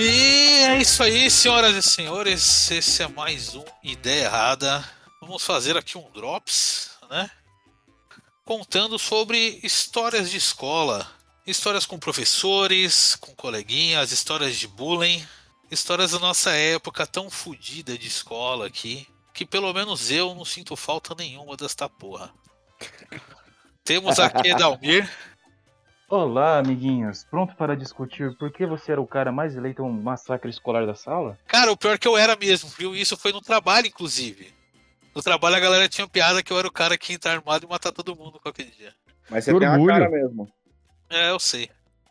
E é isso aí, senhoras e senhores. Esse é mais um Ideia Errada. Vamos fazer aqui um Drops, né? Contando sobre histórias de escola. Histórias com professores, com coleguinhas, histórias de bullying. Histórias da nossa época tão fodida de escola aqui. Que pelo menos eu não sinto falta nenhuma desta porra. Temos aqui Edalmir. Olá, amiguinhos. Pronto para discutir por que você era o cara mais eleito a um massacre escolar da sala? Cara, o pior é que eu era mesmo, viu? Isso foi no trabalho, inclusive. No trabalho a galera tinha piada que eu era o cara que ia estar armado e matar todo mundo qualquer dia. Mas você tem uma cara mesmo. É, eu sei.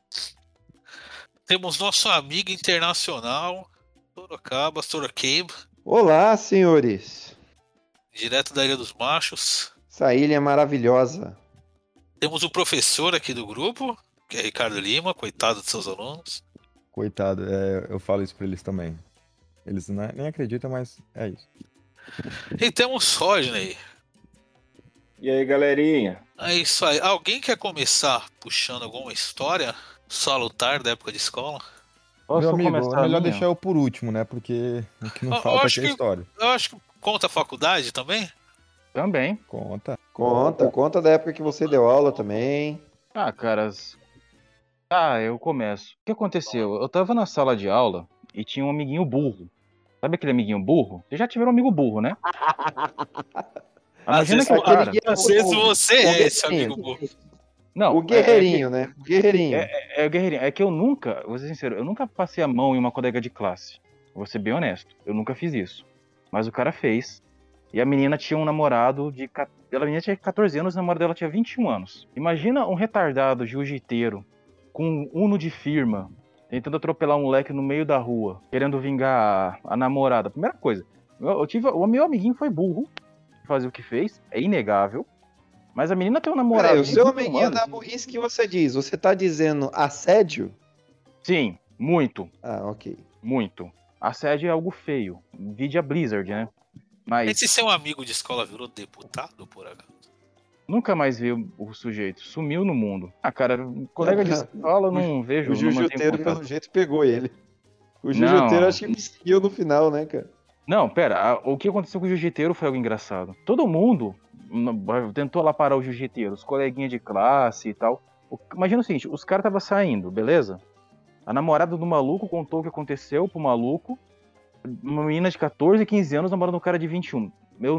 Temos nosso amigo internacional, Sorocaba. Olá, senhores. Direto da Ilha dos Machos. Essa ilha é maravilhosa. Temos o professor aqui do grupo, que é Ricardo Lima, coitado dos seus alunos. Coitado, eu falo isso pra eles também. Eles nem acreditam, mas é isso. E temos Rodney. E aí, galerinha? É isso aí. Alguém quer começar puxando alguma história salutar da época de escola? Posso Meu amigo, começar é a melhor minha? deixar eu por último, né? Porque o que não Eu falta acho aqui é que- história. Eu acho que conta a faculdade também. Também. Conta. Conta da época que você deu aula também. Ah, caras. Eu começo. O que aconteceu? Eu tava na sala de aula e tinha um amiguinho burro. Sabe aquele amiguinho burro? Vocês já tiveram um amigo burro, né? Imagina que o cara... Às vezes você é esse guerreirinho. amigo burro. Não, O guerreirinho, né? O guerreirinho. É o guerreirinho. É que eu nunca, vou ser sincero, eu nunca passei a mão em uma colega de classe. Vou ser bem honesto. Eu nunca fiz isso. Mas o cara fez. E a menina tinha um namorado de... A menina tinha 14 anos, o namorado dela tinha 21 anos. Imagina um retardado jiu-jiteiro com um Uno de firma, tentando atropelar um moleque no meio da rua, querendo vingar a namorada. Primeira coisa, o meu amiguinho foi burro, fazer o que fez, é inegável. Mas a menina tem um namorado. Peraí, o de seu 21 amiguinho anos. da burrice que você diz, você tá dizendo assédio? Sim, muito. Ah, ok. Muito. Assédio é algo feio. Vide a Blizzard, né? Mas Esse seu amigo de escola virou deputado, por acaso? nunca mais vi o sujeito. Sumiu no mundo. Ah, cara, colega de escola eu não vejo. O não mantenho jiu-jiteiro, contato. pelo jeito, pegou ele. O Não. jiu-jiteiro acho que me seguiu no final, né, cara? Não, pera. O que aconteceu com o jiu-jiteiro foi algo engraçado. Todo mundo tentou lá parar o jiu-jiteiro. Os coleguinhas de classe e tal. Imagina o seguinte, os caras estavam saindo, beleza? A namorada do maluco contou o que aconteceu pro maluco. Uma menina de 14, 15 anos namorando um cara de 21.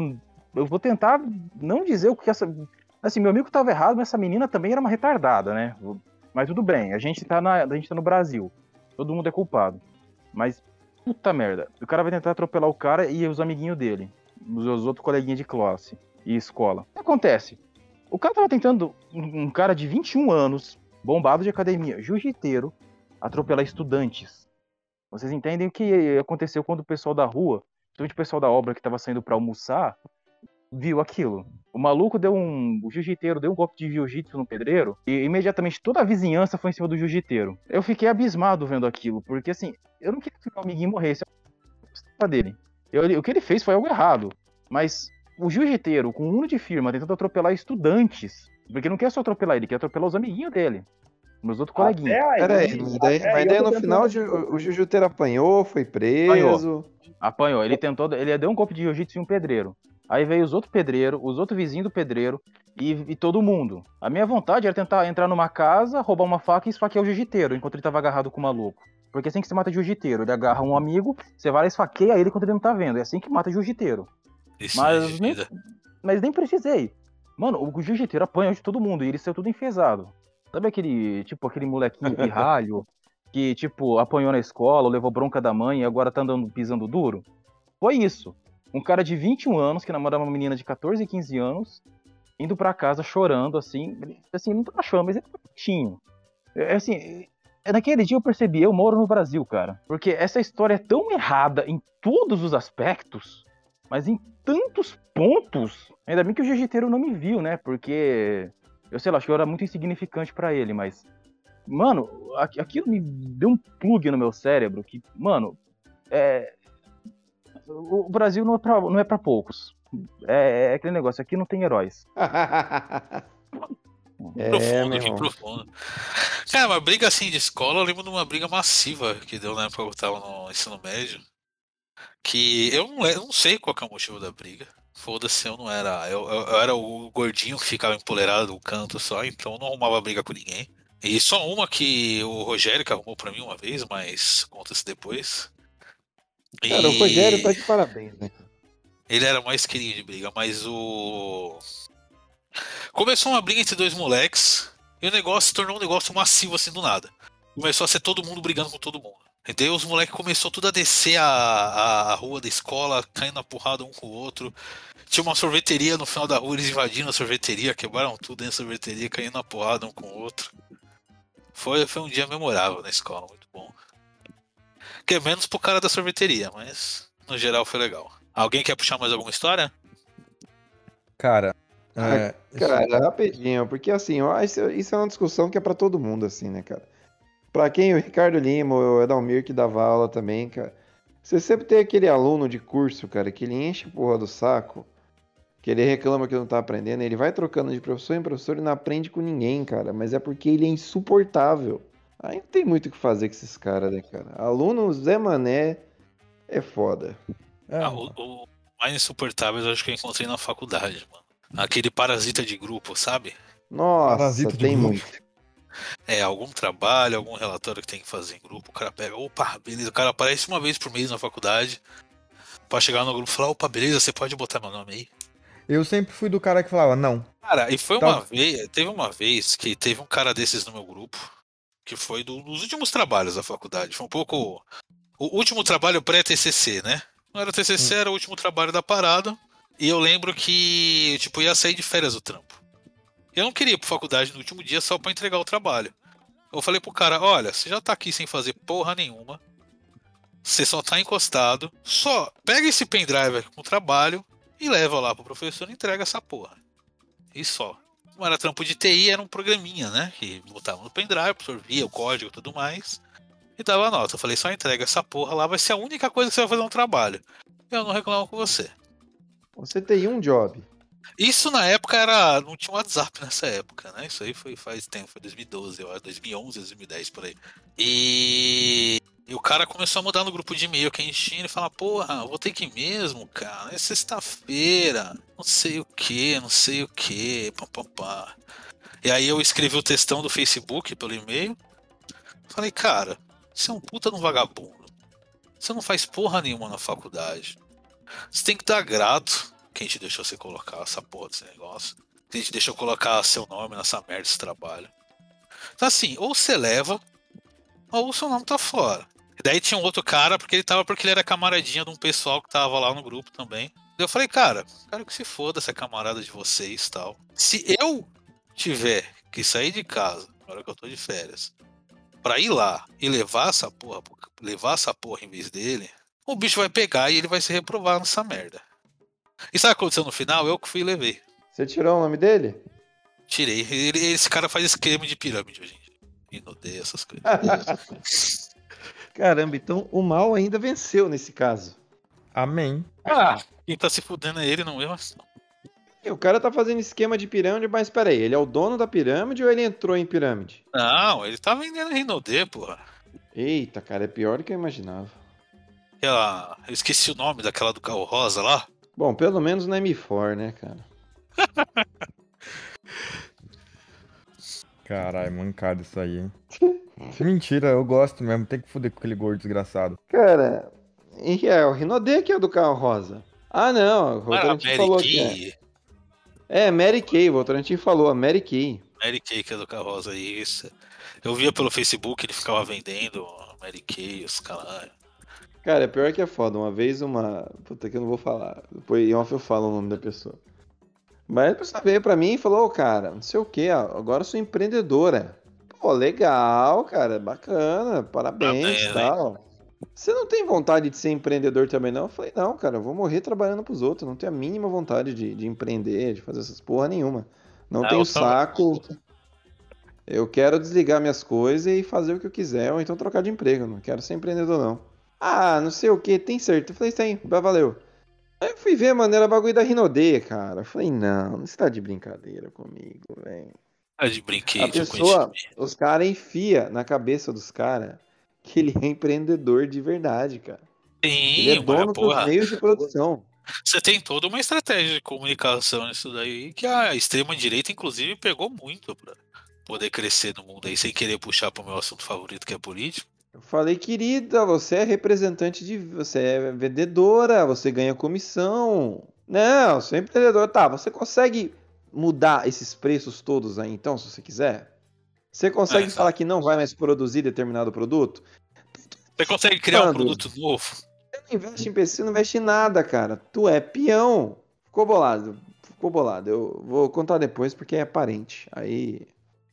Eu vou tentar não dizer o que essa... Assim, meu amigo tava errado, mas essa menina também era uma retardada, né? Mas tudo bem, a gente tá no Brasil. Todo mundo é culpado. Mas, puta merda. O cara vai tentar atropelar o cara e os amiguinhos dele. Os outros coleguinhas de classe e escola. O que acontece? O cara tava tentando, um cara de 21 anos, bombado de academia, jiu-jiteiro, atropelar estudantes. Vocês entendem o que aconteceu quando o pessoal da rua, principalmente o pessoal da obra que tava saindo pra almoçar, viu aquilo. O maluco o jiu-jiteiro deu um golpe de jiu-jitsu no pedreiro e imediatamente toda a vizinhança foi em cima do jiu-jiteiro. Eu fiquei abismado vendo aquilo, porque assim, eu não queria que meu amiguinho morresse dele. O que ele fez foi algo errado, mas o jiu-jiteiro com um Uno de firma tentando atropelar estudantes, porque não quer só atropelar ele, quer atropelar os amiguinhos dele. Meus outros coleguinhas. Peraí, mas daí no final o jiu-jiteiro apanhou, foi preso. Apanhou. Ele deu um golpe de jiu-jitsu em um pedreiro. Aí veio os outros pedreiros, os outros vizinhos do pedreiro e todo mundo. A minha vontade era tentar entrar numa casa, roubar uma faca e esfaquear o jiu-jiteiro enquanto ele tava agarrado com o maluco. Porque é assim que você mata jiu-jiteiro. Ele agarra um amigo, você vai lá e esfaqueia ele enquanto ele não tá vendo. É assim que mata jiu-jiteiro. Isso não é de vida. Mas nem precisei. Mano, o jiu-jiteiro apanhou de todo mundo e ele saiu tudo enfesado. Sabe aquele molequinho pirralho que, apanhou na escola, levou bronca da mãe e agora tá andando pisando duro? Foi isso. Um cara de 21 anos que namorava uma menina de 14 e 15 anos, indo pra casa chorando, assim, não tava chorando, mas ele tava quietinho. Naquele dia eu percebi, eu moro no Brasil, cara. Porque essa história é tão errada em todos os aspectos, mas em tantos pontos. Ainda bem que o jiu-jiteiro não me viu, né? Porque, eu sei lá, acho que eu era muito insignificante pra ele, mas... Mano, aquilo me deu um plug no meu cérebro que, mano, o Brasil não é pra poucos. É aquele negócio, aqui não tem heróis. É, meu Profundo, que irmão. profundo. Cara, uma briga assim de escola, eu lembro de uma briga massiva que deu na época que eu tava no ensino médio. Que eu não sei qual que é o motivo da briga. Foda-se, eu não era. Eu era o gordinho que ficava empoleirado no canto só, então eu não arrumava briga com ninguém. E só uma que o Rogério que arrumou pra mim uma vez, mas conta isso depois. Cara, o Rogério tá E de parabéns, né? ele era mais querido de briga, mas o. Começou uma briga entre dois moleques e o negócio se tornou um negócio massivo assim do nada. Começou a ser todo mundo brigando com todo mundo. E daí os moleques começou tudo a descer a rua da escola, caindo na porrada um com o outro. Tinha uma sorveteria no final da rua, eles invadiram a sorveteria, quebraram tudo dentro da sorveteria, caindo na porrada um com o outro. Foi um dia memorável na escola, muito bom. Que é menos pro cara da sorveteria, mas no geral foi legal. Alguém quer puxar mais alguma história? Cara, Ah, é, cara, rapidinho, porque assim, eu acho isso é uma discussão que é pra todo mundo, assim, né, cara? Pra quem o Ricardo Lima, o Edalmir que dava aula também, cara. Você sempre tem aquele aluno de curso, cara, que ele enche a porra do saco, que ele reclama que não tá aprendendo, ele vai trocando de professor em professor e não aprende com ninguém, cara, mas é porque ele é insuportável. Aí não tem muito o que fazer com esses caras, né, cara? Aluno Zé Mané é foda. é, O mais insuportável eu acho que eu encontrei na faculdade, mano. Aquele parasita de grupo, sabe? Nossa, parasita de tem grupo. muito. É, algum trabalho, algum relatório que tem que fazer em grupo, o cara pega, opa, beleza, o cara aparece uma vez por mês na faculdade pra chegar no grupo e falar, opa, beleza, você pode botar meu nome aí? Eu sempre fui do cara que falava, não. Cara, e foi uma Tal... vez, teve uma vez que teve um cara desses no meu grupo, que foi dos últimos trabalhos da faculdade, foi um pouco o último trabalho pré-TCC, né? Não era TCC, Hum. era o último trabalho da parada, e eu lembro que, tipo, ia sair de férias do trampo. Eu não queria ir pra faculdade no último dia só pra entregar o trabalho. Eu falei pro cara, olha, você já tá aqui sem fazer porra nenhuma, você só tá encostado, só pega esse pendrive aqui com o trabalho e leva lá pro professor e entrega essa porra. E só. Não era trampo de TI, era um programinha, né? Que botava no pendrive, absorvia o código e tudo mais, e dava nota. Eu falei, só entrega essa porra lá, vai ser a única coisa que você vai fazer no trabalho. Eu não reclamo com você. Você tem um job. Isso na época era. Não tinha WhatsApp nessa época, né? Isso aí foi faz tempo, foi 2012, eu acho, 2011, 2010 por aí. E o cara começou a mudar no grupo de e-mail que a gente tinha. Ele fala: porra, vou ter que ir mesmo, cara. É sexta-feira, não sei o que, não sei o que, papapá. E aí eu escrevi o textão do Facebook pelo e-mail. Falei: cara, você é um puta de um vagabundo. Você não faz porra nenhuma na faculdade. Você tem que dar grato quem te deixou você colocar essa porra desse negócio. Quem te deixou colocar seu nome nessa merda desse trabalho. Então assim, ou você leva, ou o seu nome tá fora. E daí tinha um outro cara, porque ele era camaradinha de um pessoal que tava lá no grupo também. Daí eu falei, cara, quero que se foda essa camarada de vocês e tal. Se eu tiver que sair de casa, na hora que eu tô de férias, pra ir lá e levar essa porra em vez dele, o bicho vai pegar e ele vai se reprovar nessa merda. E sabe o que aconteceu no final? Eu que fui e levei. Você tirou o nome dele? Tirei. Esse cara faz esquema de pirâmide hoje em dia. E odeia essas coisas. Caramba, então o mal ainda venceu nesse caso. Amém. Quem tá se fudendo é ele, não eu. E o cara tá fazendo esquema de pirâmide, mas peraí, ele é o dono da pirâmide ou ele entrou em pirâmide? Não, ele tá vendendo Rinodê, porra. Eita, cara, é pior do que eu imaginava. Eu esqueci o nome daquela do carro rosa lá. Bom, pelo menos não é M4, né, cara? Caralho, mancada isso aí, hein? Mentira, eu gosto mesmo. Tem que foder com aquele gordo desgraçado. Cara, e é o Rinodê que é o do carro rosa. Ah, não, o Não era Votorantim Mary falou que é. Kay. É, Mary Kay, o Votorantim falou, a Mary Kay. Mary Kay que é do carro rosa, isso. Eu via pelo Facebook, ele ficava vendendo Mary Kay, os caralho. Cara, é pior que é foda. Uma vez uma. Puta que eu não vou falar. Depois em off eu falo o nome da pessoa. Mas a pessoa veio pra mim e falou, ô cara, não sei o que, agora eu sou empreendedora. Pô, legal, cara, bacana, parabéns e Parabéns, tal. Você não tem vontade de ser empreendedor também, não? Eu falei, não, cara, eu vou morrer trabalhando pros outros. Não tenho a mínima vontade de empreender, de fazer essas porra nenhuma. Não tenho eu também. saco. Eu quero desligar minhas coisas e fazer o que eu quiser, ou então trocar de emprego. Não quero ser empreendedor, não. Ah, não sei o que, tem certo. Eu falei, tem, valeu. Aí eu fui ver, mano, era bagulho da Rinodê, cara. Eu falei, não, você tá de brincadeira comigo, velho. É de A brinquedo, eu pessoa, os caras enfia na cabeça dos caras que ele é empreendedor de verdade, cara. Ele é Sim, mas dono dos porra, meios de produção. você tem toda uma estratégia de comunicação nisso daí que a extrema-direita, inclusive, pegou muito pra poder crescer no mundo aí, sem querer puxar pro meu assunto favorito, que é político. Eu falei, querida, você é representante de. Você é vendedora, você ganha comissão. Não, você é empreendedor. Tá, você consegue mudar esses preços todos aí, então, se você quiser? Você É, consegue falar que não vai mais produzir determinado produto? você consegue criar um Mano, produto novo? você não investe em PC, não investe em nada, cara. Tu é peão. Ficou bolado. Ficou bolado. Eu vou contar depois porque é parente. Aí.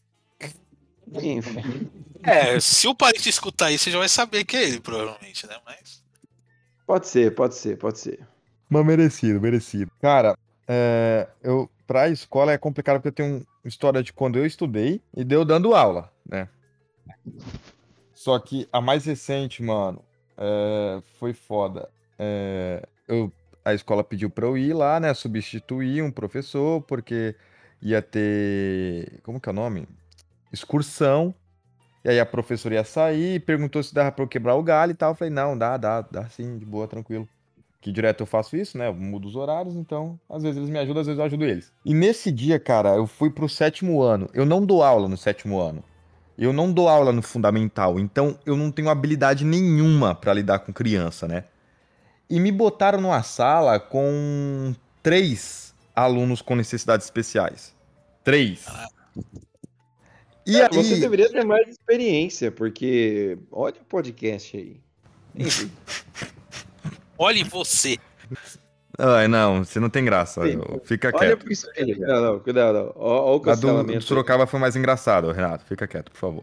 Enfim. Se o parente escutar isso, você já vai saber que é ele, provavelmente, né? Mas. Pode ser, pode ser, pode ser. Mas merecido, merecido. Cara, pra escola é complicado porque eu tenho uma história de quando eu estudei e deu dando aula, né? Só que a mais recente, mano, foi foda. A escola pediu pra eu ir lá, né? Substituir um professor, porque ia ter. Como que é o nome? Excursão. E aí a professora ia sair, perguntou se dava pra eu quebrar o galho e tal. Eu falei, não, dá sim, de boa, tranquilo. Que direto eu faço isso, né? Eu mudo os horários, então às vezes eles me ajudam, às vezes eu ajudo eles. E nesse dia, cara, eu fui pro 7º ano. Eu não dou aula no 7º ano. Eu não dou aula no fundamental, então eu não tenho habilidade nenhuma pra lidar com criança, né? E me botaram numa sala com 3 alunos com necessidades especiais. 3. E Cara, você aí, deveria ter mais experiência, porque olha o podcast aí. Enfim. Olhe você. ai, não, você não tem graça. Sim. Fica Olha quieto. pro espelho. Não, não, cuidado. Não. Ó o A do cancelamento aí. Sorocaba foi mais engraçado, Renato. Fica quieto, por favor.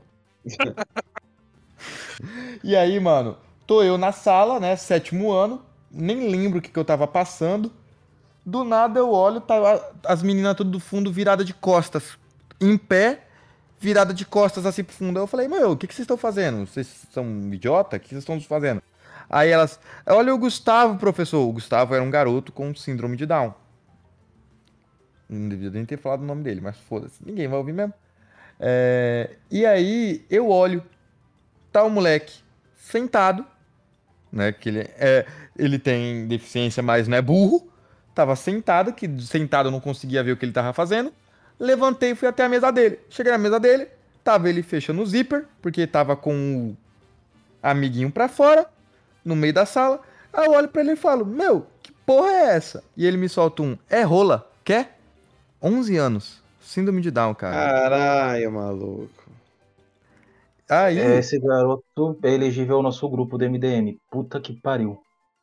E aí, mano, tô eu na sala, né? 7º ano. Nem lembro o que eu tava passando. Do nada eu olho, tá as meninas tudo do fundo virada de costas. Em pé, virada de costas assim pro fundo. Eu falei, meu, o que vocês estão fazendo? Vocês são idiota? O que vocês estão fazendo? Aí elas, olha o Gustavo, professor. O Gustavo era um garoto com síndrome de Down. Não devia nem ter falado o nome dele, mas foda-se. Ninguém vai ouvir mesmo. E aí eu olho, tá o moleque sentado, né? Que ele tem deficiência, mas não é burro. Tava sentado, que sentado eu não conseguia ver o que ele tava fazendo. Levantei e fui até a mesa dele. Cheguei na mesa dele, tava ele fechando o zíper, porque tava com o amiguinho pra fora, no meio da sala. Aí eu olho pra ele e falo, meu, que porra é essa? E ele me solta é rola, quer? 11 anos, síndrome de Down, cara. Caralho, maluco. Aí, Esse garoto é elegível ao nosso grupo do MDM. Puta que pariu.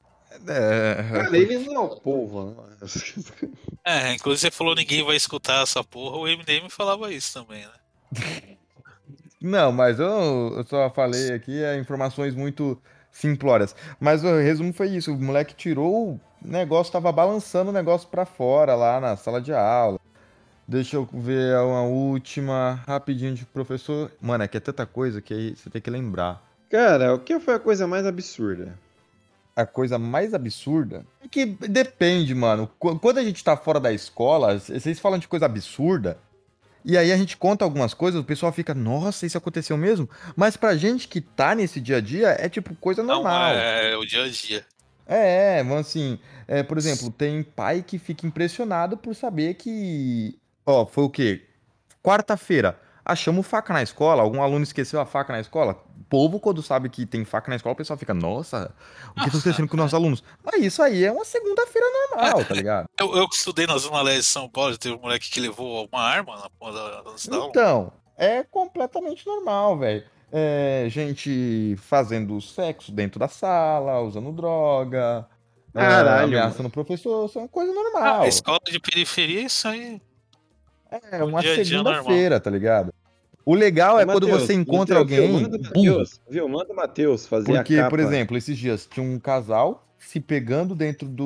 Cara, ele não é o povo, não. Inclusive você falou ninguém vai escutar essa porra, o MDM falava isso também, né? não, mas eu só falei aqui informações muito simplórias. Mas o resumo foi isso: o moleque tirou o negócio, tava balançando o negócio pra fora lá na sala de aula. Deixa eu ver uma última rapidinho de professor. Mano, é que é tanta coisa que aí você tem que lembrar. Cara, o que foi a coisa mais absurda? A coisa mais absurda é que depende, mano. Quando a gente tá fora da escola, vocês falam de coisa absurda. E aí a gente conta algumas coisas, o pessoal fica, nossa, isso aconteceu mesmo? Mas pra gente que tá nesse dia a dia, é tipo coisa Não, normal. é o dia a dia. Mas assim, por exemplo, tem pai que fica impressionado por saber que, ó, foi o quê? Quarta-feira, achamos faca na escola, algum aluno esqueceu a faca na escola? O povo, quando sabe que tem faca na escola, o pessoal fica, nossa, o que tá acontecendo com os nossos alunos? Mas isso aí é uma segunda-feira normal, tá ligado? Eu que estudei na Zona Leste de São Paulo, teve um moleque que levou uma arma na porra da aula. Então, é completamente normal, velho. Gente fazendo sexo dentro da sala, usando droga, Caralho, ameaçando mano. o professor, isso é uma coisa A normal. escola de periferia, isso aí. É O uma dia a dia segunda-feira, tá ligado? O legal é quando você encontra alguém burro. Manda o Matheus fazer a Porque, por capa. exemplo, esses dias tinha um casal se pegando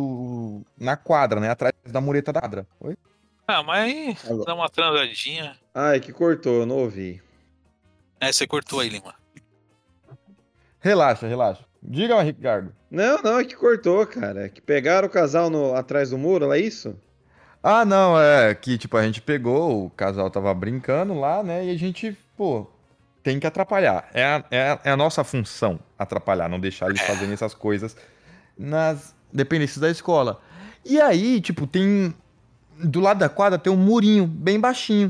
na quadra, né? Atrás da mureta da quadra. Oi? Mas aí dá uma transadinha. Ai, que cortou, eu não ouvi. Você cortou aí, Lima. Relaxa, relaxa. Diga, Ricardo. Não, é que cortou, cara. É que pegaram o casal atrás do muro, é isso? Ah, não, é que, tipo, a gente pegou, o casal tava brincando lá, né? E a gente, pô, tem que atrapalhar. É a nossa função atrapalhar, não deixar eles fazerem essas coisas nas dependências da escola. E aí, tipo, tem. Do lado da quadra tem um murinho bem baixinho.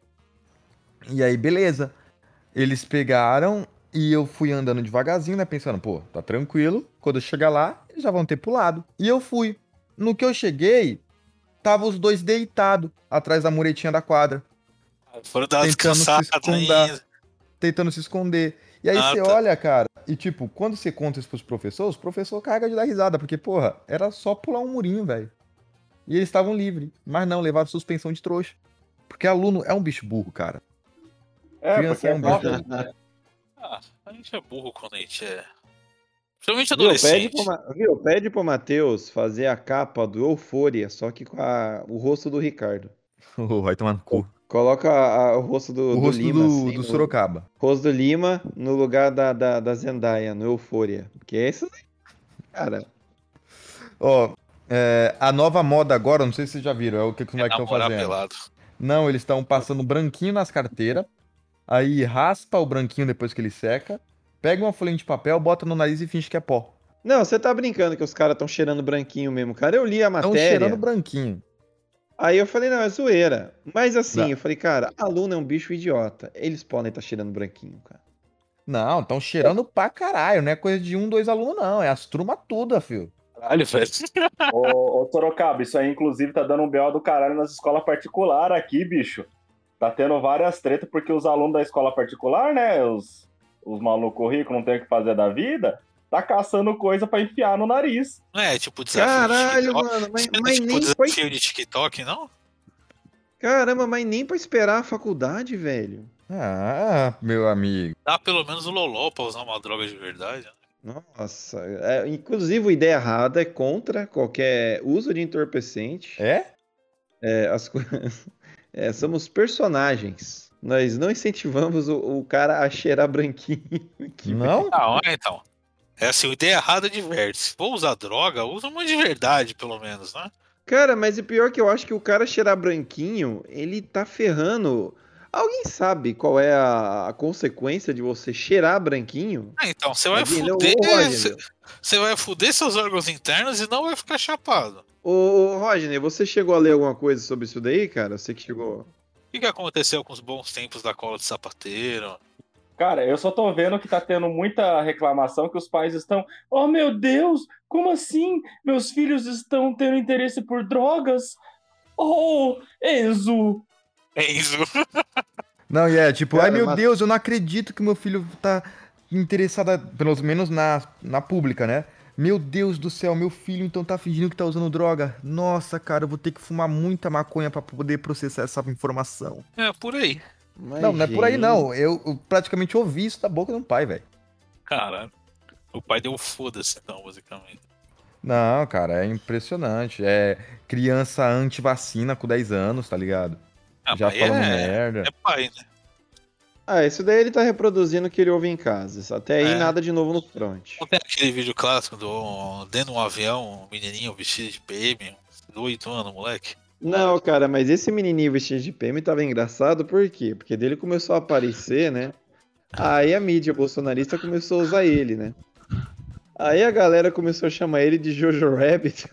E aí, beleza. Eles pegaram e eu fui andando devagarzinho, né? Pensando, pô, tá tranquilo. Quando eu chegar lá, eles já vão ter pulado. E eu fui. No que eu cheguei, tava os dois deitados atrás da muretinha da quadra, Foram dar uma tentando se descansada esconder, ainda. tentando se esconder. E aí Ah, você tá. olha, cara, e tipo, quando você conta isso pros professores, o professor carrega de dar risada, porque, porra, era só pular um murinho, velho. E eles estavam livres. Mas não, levaram suspensão de trouxa. Porque aluno é um bicho burro, cara. Porque Criança é é um bicho próprio. burro. Ah, a gente é burro quando a gente é. Principalmente Viu? adolescente. Pede pro Matheus fazer a capa do Euphoria, só que com o rosto do Ricardo. Oh, vai tomar no cu. Coloca o rosto O do rosto Lima, do, assim, do no Sorocaba. rosto do Lima no lugar da Zendaya, no Euphoria. Que é isso aí, cara. Ó, a nova moda agora, não sei se vocês já viram, é o que os É moleques estão namorar fazendo. pelado. Não, eles estão passando branquinho nas carteiras, aí raspa o branquinho depois que ele seca, pega uma folhinha de papel, bota no nariz e finge que é pó. Não, você tá brincando que os caras estão cheirando branquinho mesmo, cara. Eu li a Estão cheirando matéria, branquinho. aí eu falei, não, é zoeira. Mas assim, Não, eu falei, cara, aluno é um bicho idiota. Eles podem estar cheirando branquinho, cara. não, estão cheirando pra caralho, não é coisa de um, dois alunos não, é as turmas todas, filho. Caralho, velho. Ô, Sorocaba, isso aí, inclusive, tá dando um BO do caralho nas escolas particulares aqui, bicho. Tá tendo várias tretas porque os alunos da escola particular, né? Os malucos ricos não tem o que fazer da vida, tá caçando coisa pra enfiar no nariz. Não é tipo desafio de Caralho, TikTok. mano, Isso não é tipo desafio de TikTok, não? Caramba, mas nem pra esperar a faculdade, velho. Ah, meu amigo. Dá pelo menos o loló pra usar uma droga de verdade. Né? Nossa, inclusive o Ideia Errada é contra qualquer uso de entorpecente. É? As coisas. Somos personagens. Nós não incentivamos o cara a cheirar branquinho aqui, velho. Não? Ah, olha então. É assim, o ideia errada diverte. Se for usar droga, usa uma de verdade, pelo menos, né? Cara, mas o pior que eu acho que o cara cheirar branquinho, ele tá ferrando. Alguém sabe qual é a consequência de você cheirar branquinho? Ah, então, você vai Imagina, fuder. ô Rodney, Você vai fuder seus órgãos internos e não vai ficar chapado. ô, Rodney, você chegou a ler alguma coisa sobre isso daí, cara? Você que chegou. O que aconteceu com os bons tempos da cola de sapateiro? Cara, eu só tô vendo que tá tendo muita reclamação que os pais estão. Oh, meu Deus, como assim? Meus filhos estão tendo interesse por drogas? Oh, Enzo! É isso. Não, e tipo, ai Cara, meu Deus, eu não acredito que meu filho tá interessado, pelo menos na pública, né? Meu Deus do céu, meu filho então tá fingindo que tá usando droga. Nossa, cara, eu vou ter que fumar muita maconha pra poder processar essa informação. É por aí. Não, não é por aí não. Eu praticamente ouvi isso da boca de um pai, velho. Caralho. O pai deu foda-se, então, basicamente. Não, cara, é impressionante. É criança anti-vacina com 10 anos, tá ligado? Ah, Já mas falando merda. é pai, né? Ah, isso daí ele tá reproduzindo o que ele ouve em casa. Até aí É. nada de novo no front. Não tem aquele vídeo clássico do dentro de um avião, um menininho vestido de PM, uns 8 anos, moleque. Não, cara, mas esse menininho vestido de PM tava engraçado, por quê? Porque dele começou a aparecer, né? Aí a mídia bolsonarista começou a usar ele, né? Aí a galera começou a chamar ele de Jojo Rabbit.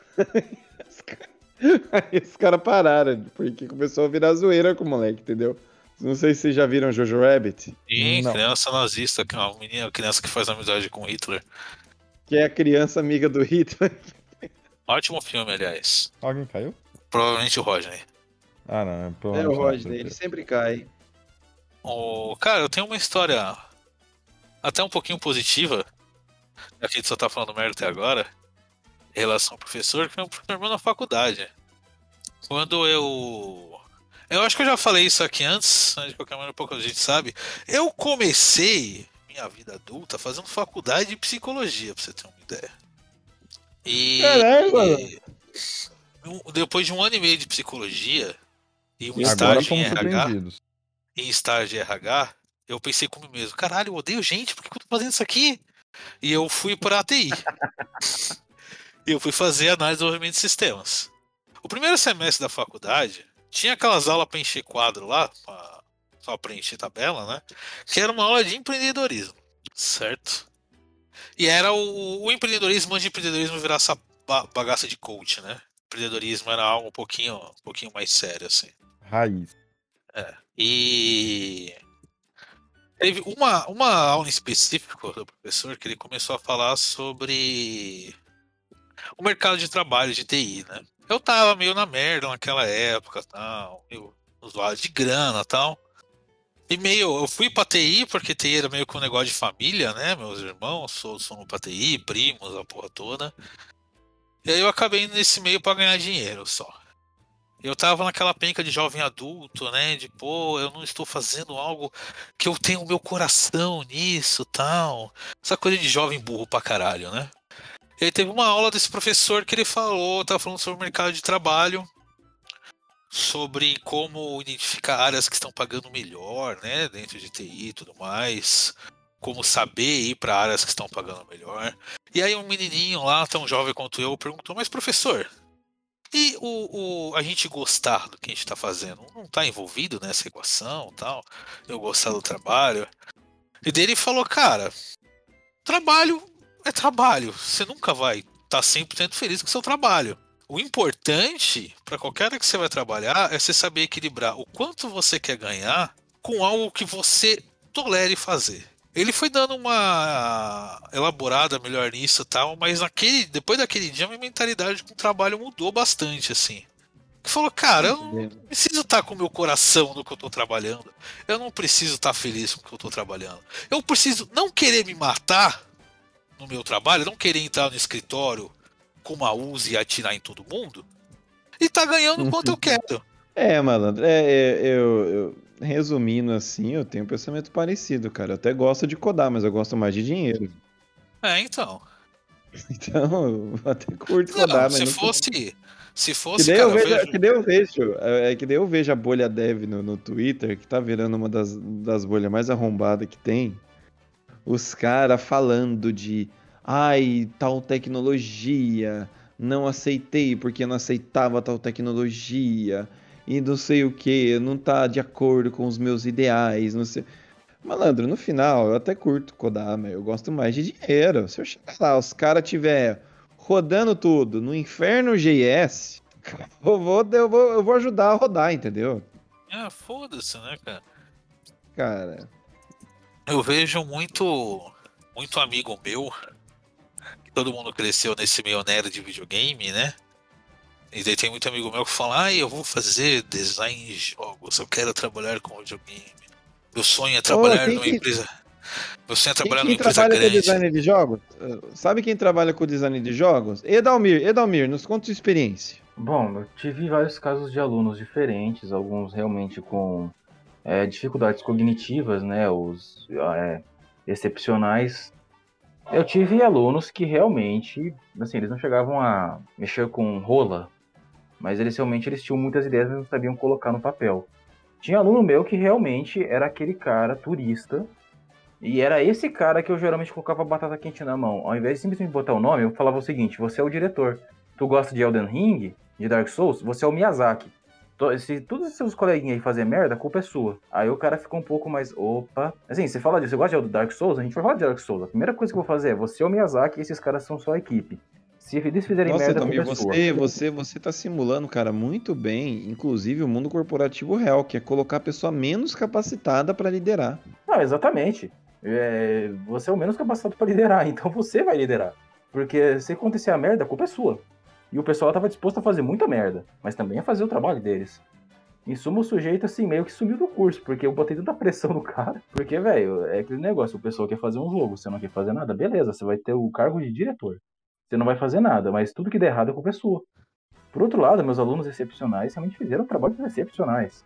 Aí os caras pararam, porque começou a virar zoeira com o moleque, entendeu? Não sei se vocês já viram Jojo Rabbit, E Não. criança nazista, que é uma menina, criança que faz amizade com Hitler. que é a criança amiga do Hitler. Ótimo filme, aliás. Alguém caiu? Provavelmente o Rodney. Ah, não, É o provavelmente não, Rodney, ele sempre cai. Cara, eu tenho uma história até um pouquinho positiva. A gente só tá falando merda até agora. Em relação ao professor, que é um professor meu na faculdade. Quando eu. Eu acho que eu já falei isso aqui antes, mas de qualquer maneira pouca gente sabe. Eu comecei minha vida adulta fazendo faculdade de psicologia, pra você ter uma ideia. E. Caralho, mano. Depois de 1 ano e meio de psicologia e um Agora estágio em fomos RH, surpreendidos. em estágio em RH, eu pensei comigo mesmo, caralho, eu odeio gente, por que eu tô fazendo isso aqui? E eu fui pra ATI. Eu fui fazer análise de desenvolvimento de sistemas. O primeiro semestre da faculdade tinha aquelas aulas para encher quadro lá, só para encher tabela, né? Que era uma aula de empreendedorismo, certo? E era o empreendedorismo, antes de empreendedorismo virar essa bagaça de coach, né? Empreendedorismo era algo um pouquinho mais sério, assim. Raiz. E teve uma aula em específico do professor que ele começou a falar sobre o mercado de trabalho de TI, né? Eu tava meio na merda naquela época, tal, meio usuário de grana, tal. E eu fui pra TI porque TI era meio que um negócio de família, né? Meus irmãos são pra TI, primos, a porra toda. E aí eu acabei indo nesse meio pra ganhar dinheiro só. Eu tava naquela penca de jovem adulto, né? De, pô, eu não estou fazendo algo que eu tenho o meu coração nisso, tal. Essa coisa de jovem burro pra caralho, né? E aí teve uma aula desse professor que ele tava falando sobre o mercado de trabalho, sobre como identificar áreas que estão pagando melhor, né? Dentro de TI e tudo mais. Como saber ir para áreas que estão pagando melhor. E aí um menininho lá, tão jovem quanto eu, perguntou, mas professor, e a gente gostar do que a gente está fazendo? Não está envolvido nessa equação tal? Eu gostar do trabalho? E dele falou, cara, trabalho é trabalho. Você nunca vai estar 100% feliz com o seu trabalho. O importante para qualquer área que você vai trabalhar é você saber equilibrar o quanto você quer ganhar com algo que você tolere fazer. Ele foi dando uma elaborada melhor nisso e tal, mas depois daquele dia minha mentalidade com o trabalho mudou bastante, assim. Que falou, cara, eu não preciso estar com o meu coração no que eu tô trabalhando. Eu não preciso estar feliz com o que eu tô trabalhando. Eu preciso não querer me matar no meu trabalho, não querer entrar no escritório com uma Uzi e atirar em todo mundo e tá ganhando o quanto eu quero. Malandro, resumindo assim, eu tenho um pensamento parecido, cara. Eu até gosto de codar, mas eu gosto mais de dinheiro. Então. Então, eu até curto codar, mas se fosse, cara, que daí eu vejo a bolha dev no Twitter, que tá virando uma das bolhas mais arrombadas que tem. Os caras falando de tal tecnologia, não aceitei porque não aceitava tal tecnologia, e não sei o que, não tá de acordo com os meus ideais, não sei. Malandro, no final, eu até curto codar, mas eu gosto mais de dinheiro. Se eu chegar lá, os caras tiver rodando tudo no Inferno JS, eu vou ajudar a rodar, entendeu? Foda-se, né, cara? Cara... Eu vejo muito amigo meu, que todo mundo cresceu nesse meio nerd de videogame, né? E daí tem muito amigo meu que fala, eu vou fazer design de jogos, eu quero trabalhar com videogame. Meu sonho é trabalhar numa empresa. Meu sonho é trabalhar numa empresa grande. Quem trabalha com design de jogos? Sabe quem trabalha com design de jogos? Edalmir, nos conta sua experiência. Bom, eu tive vários casos de alunos diferentes, alguns realmente com dificuldades cognitivas, né, os excepcionais. Eu tive alunos que realmente, assim, eles não chegavam a mexer com rola, mas eles tinham muitas ideias, mas não sabiam colocar no papel. Tinha aluno meu que realmente era aquele cara turista, e era esse cara que eu geralmente colocava batata quente na mão. Ao invés de simplesmente botar o nome, eu falava o seguinte: você é o diretor. Tu gosta de Elden Ring, de Dark Souls? Você é o Miyazaki. Se todos os seus coleguinhas aí fazerem merda, a culpa é sua. Aí o cara fica um pouco mais, opa. Assim, você fala disso, você gosta de Dark Souls? A gente vai falar de Dark Souls. A primeira coisa que eu vou fazer é, você é o Miyazaki e esses caras são só a equipe. Se eles fizerem merda, a culpa é sua. Você tá simulando, cara, muito bem, inclusive o mundo corporativo real, que é colocar a pessoa menos capacitada pra liderar. Não, exatamente. Você é o menos capacitado pra liderar, então você vai liderar. Porque se acontecer a merda, a culpa é sua. E o pessoal tava disposto a fazer muita merda, mas também a fazer o trabalho deles. Em suma, o sujeito, assim, meio que sumiu do curso, porque eu botei tanta pressão no cara. Porque, velho, é aquele negócio, o pessoal quer fazer um jogo, você não quer fazer nada, beleza, você vai ter o cargo de diretor. Você não vai fazer nada, mas tudo que der errado é culpa sua. Por outro lado, meus alunos excepcionais realmente fizeram trabalhos excepcionais.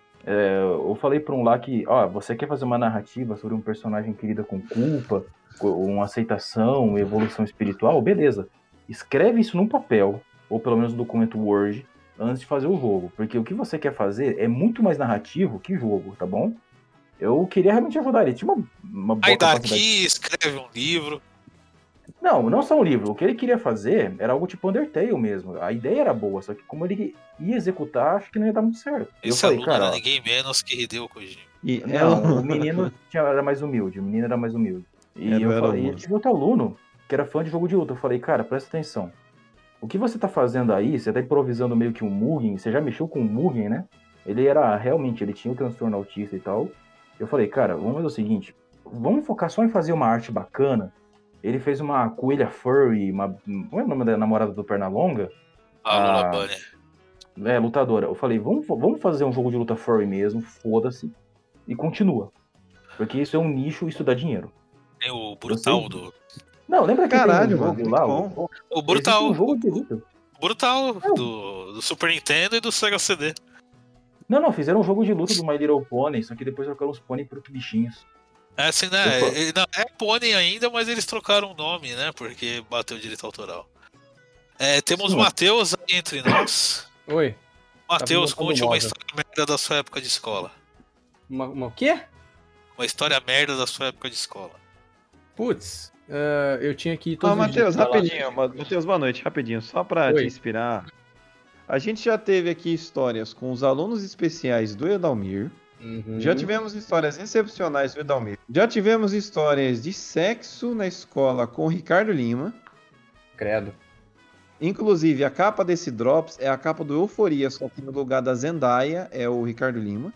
Eu falei pra um lá que, você quer fazer uma narrativa sobre um personagem que lida com culpa, com aceitação, evolução espiritual? Beleza. Escreve isso num papel, ou pelo menos no documento Word, antes de fazer o jogo. Porque o que você quer fazer é muito mais narrativo que jogo, tá bom? Eu queria realmente ajudar ele. Tinha uma boa Aí daqui, escreve um livro. Não só um livro. O que ele queria fazer era algo tipo Undertale mesmo. A ideia era boa, só que como ele ia executar, acho que não ia dar muito certo. Esse aluno era ninguém menos que Hideo Kojima. Não, o menino era mais humilde. O menino era mais humilde. E eu tive outro aluno que era fã de jogo de luta. Eu falei, cara, presta atenção. O que você tá fazendo aí, você tá improvisando meio que um Mugen, você já mexeu com o Mugen, né? Ele tinha um transtorno autista e tal. Eu falei, cara, vamos fazer o seguinte, vamos focar só em fazer uma arte bacana. Ele fez uma coelha furry, como é o nome da namorada do Pernalonga? Lola Bunny. Lutadora. Eu falei, vamos fazer um jogo de luta furry mesmo, foda-se. E continua. Porque isso é um nicho, isso dá dinheiro. Tem o Brutal do... Não, lembra que Caralho, tem um jogo mano, lá? O Brutal. Um jogo de luta. Brutal do Super Nintendo e do Sega CD. Não, fizeram um jogo de luta do My Little Pony, só que depois trocaram os pônei por bichinhos. É assim, né? É Pony ainda, mas eles trocaram o nome, né? Porque bateu o direito autoral. Temos o Matheus aí entre nós. Oi. Matheus, conte uma história merda da sua época de escola. Uma o quê? Uma história merda da sua época de escola. Putz, eu tinha que ir todos os Matheus, dias pra lá. rapidinho. Matheus, boa noite, rapidinho. Só pra te inspirar. A gente já teve aqui histórias com os alunos especiais do Edalmir. Uhum. Já tivemos histórias excepcionais do Edalmir. Já tivemos histórias de sexo na escola com o Ricardo Lima. Credo. Inclusive, a capa desse Drops é a capa do Euforia, só que no lugar da Zendaya é o Ricardo Lima.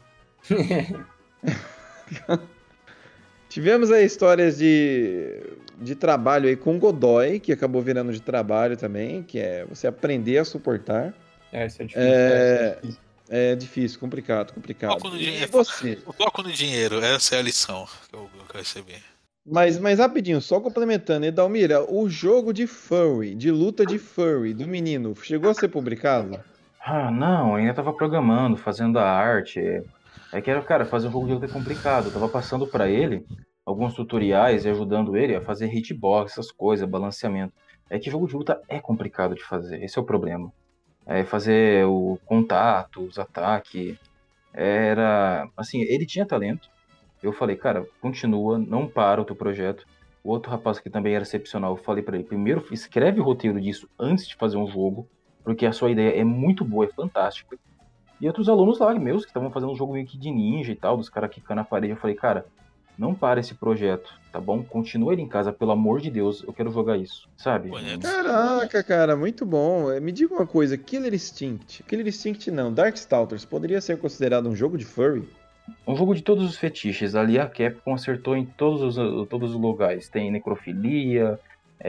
Tivemos aí histórias de trabalho aí com Godoy, que acabou virando de trabalho também, que é você aprender a suportar. Isso é difícil. É difícil, complicado. Foco no E você? Foco no dinheiro, essa é a lição que eu recebi. Mas rapidinho, só complementando, Edalmira, o jogo de furry, de luta de furry do menino, chegou a ser publicado? Não, ainda tava programando, fazendo a arte. Que era, cara, fazer um jogo de luta é complicado. Eu tava passando pra ele alguns tutoriais e ajudando ele a fazer hitbox, essas coisas, balanceamento. É que jogo de luta é complicado de fazer, esse é o problema. Fazer o contato, os ataques. Assim, ele tinha talento. Eu falei, cara, continua, não para o teu projeto. O outro rapaz que também era excepcional, eu falei pra ele, primeiro escreve o roteiro disso antes de fazer um jogo, porque a sua ideia é muito boa, é fantástica. E outros alunos lá, meus, que estavam fazendo um jogo meio que de ninja e tal, dos caras quicando na parede, eu falei, cara, não para esse projeto, tá bom? Continua ele em casa, pelo amor de Deus, eu quero jogar isso, sabe? Caraca, cara, muito bom. Me diga uma coisa, Killer Instinct não, Darkstalkers, poderia ser considerado um jogo de furry? Um jogo de todos os fetiches. Ali a Capcom acertou em todos os lugares. Tem necrofilia,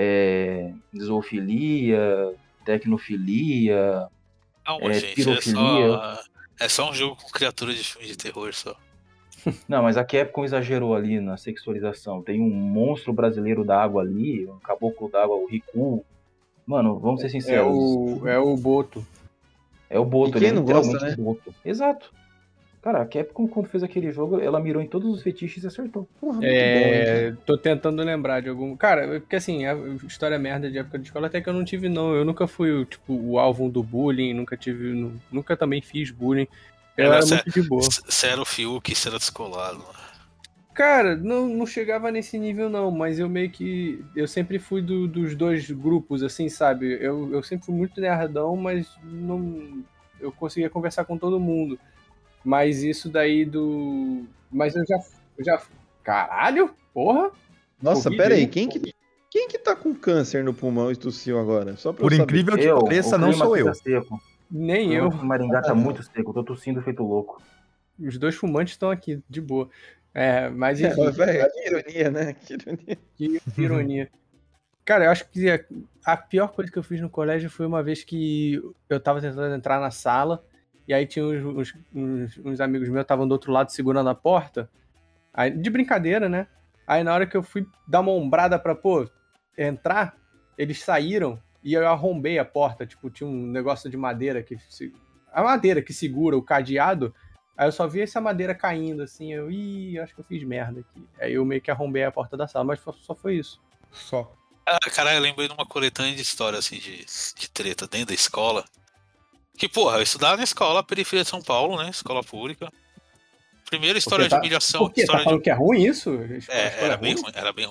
zoofilia, tecnofilia, gente, pirofilia. É só um jogo com criaturas de filme de terror só. Não, mas a Capcom exagerou ali na sexualização. Tem um monstro brasileiro da água ali, um caboclo d'água, o Riku. Mano, vamos ser sinceros. É o Boto. É o Boto, ele é não gosta, literalmente o Boto. Exato. Cara, a Capcom, quando fez aquele jogo, ela mirou em todos os fetiches e acertou. Porra, muito bom, tô tentando lembrar de algum... Cara, porque assim, a história merda de época de escola até que eu não tive, não. Eu nunca fui, tipo, o alvo do bullying, nunca também fiz bullying. Eu era muito de boa. Você era o Fiuk, você era descolado. Cara, não chegava nesse nível não, mas eu meio que... Eu sempre fui dos dois grupos, assim, sabe? Eu sempre fui muito nerdão, mas não... Eu conseguia conversar com todo mundo. Mas isso daí do... Mas eu já... Caralho? Porra? Nossa, Covid, pera aí, hein? quem que tá com câncer no pulmão e tossiu agora? Só pra Por eu saber. incrível que pareça, não sou eu. Seco. Nem eu. O Maringá tá muito seco, eu tô tossindo feito louco. Os dois fumantes estão aqui, de boa. Mas enfim, Que ironia, né? Que ironia. que ironia. Cara, eu acho que a pior coisa que eu fiz no colégio foi uma vez que eu tava tentando entrar na sala e aí tinha uns amigos meus estavam do outro lado segurando a porta, aí, de brincadeira, né? Aí na hora que eu fui dar uma ombrada pra, entrar, eles saíram e eu arrombei a porta. Tipo, tinha um negócio de madeira a madeira que segura o cadeado. Aí eu só vi essa madeira caindo, assim, acho que eu fiz merda aqui. Aí eu meio que arrombei a porta da sala, mas só foi isso. Só. Caralho, eu lembrei de uma coletânea de história, assim, de treta dentro da escola. Que, porra, eu estudava na escola, periferia de São Paulo, né, escola pública. Primeira história de humilhação. Por quê? Tá falando que é ruim isso? Era bem ruim.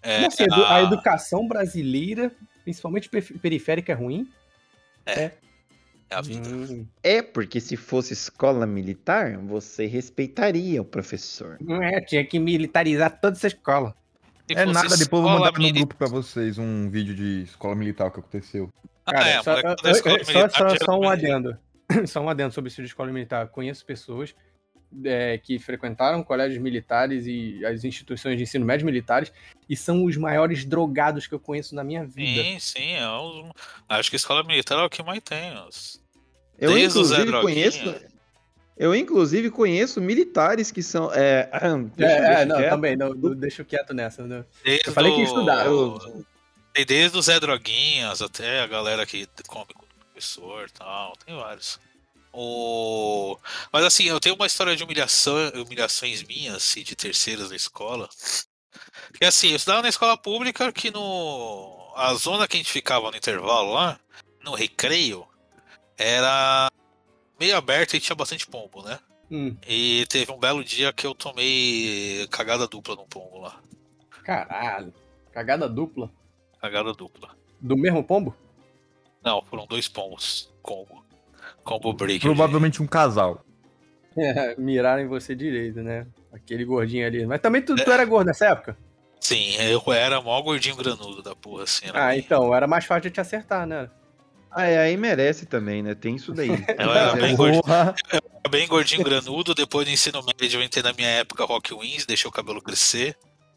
É, Nossa, a educação brasileira, principalmente periférica, é ruim? é a vida. É, porque se fosse escola militar, você respeitaria o professor. Não é, tinha que militarizar toda essa escola. Se É fosse nada, depois eu vou escola mandar no mili- grupo pra vocês um vídeo de escola militar o que aconteceu. Cara, a molecada da escola militar só um geralmente- adendo. Só um adendo sobre isso de escola militar. Conheço pessoas que frequentaram colégios militares e as instituições de ensino médio militares e são os maiores drogados que eu conheço na minha vida. Sim, acho que a escola militar é o que mais tem. Eu, Desde o Zé inclusive, conheço militares que são. Também, não, deixa eu quieto nessa. Não. Desde Eu falei que ia estudar. Tem desde o Zé Droguinhas até a galera que come com o professor e tal. Tem vários. Mas assim, eu tenho uma história de humilhações minhas, assim, de terceiras na escola. Porque assim, eu estudava na escola pública que a zona que a gente ficava no intervalo lá, no recreio, era meio aberta e tinha bastante pombo, né? E teve um belo dia que eu tomei cagada dupla no pombo lá. Caralho. Cagada dupla? Cagada dupla. Do mesmo pombo? Não, foram 2 pombos. Combo break. Provavelmente um casal. Miraram em você direito, né? Aquele gordinho ali. Mas também tu era gordo nessa época? Sim, eu era o maior gordinho granudo da porra, assim. Então, era mais fácil de te acertar, né? Aí merece também, né? Tem isso daí. Eu era bem Porra. gordinho granudo, depois do ensino médio eu entrei na minha época Rock Wins, deixei o cabelo crescer.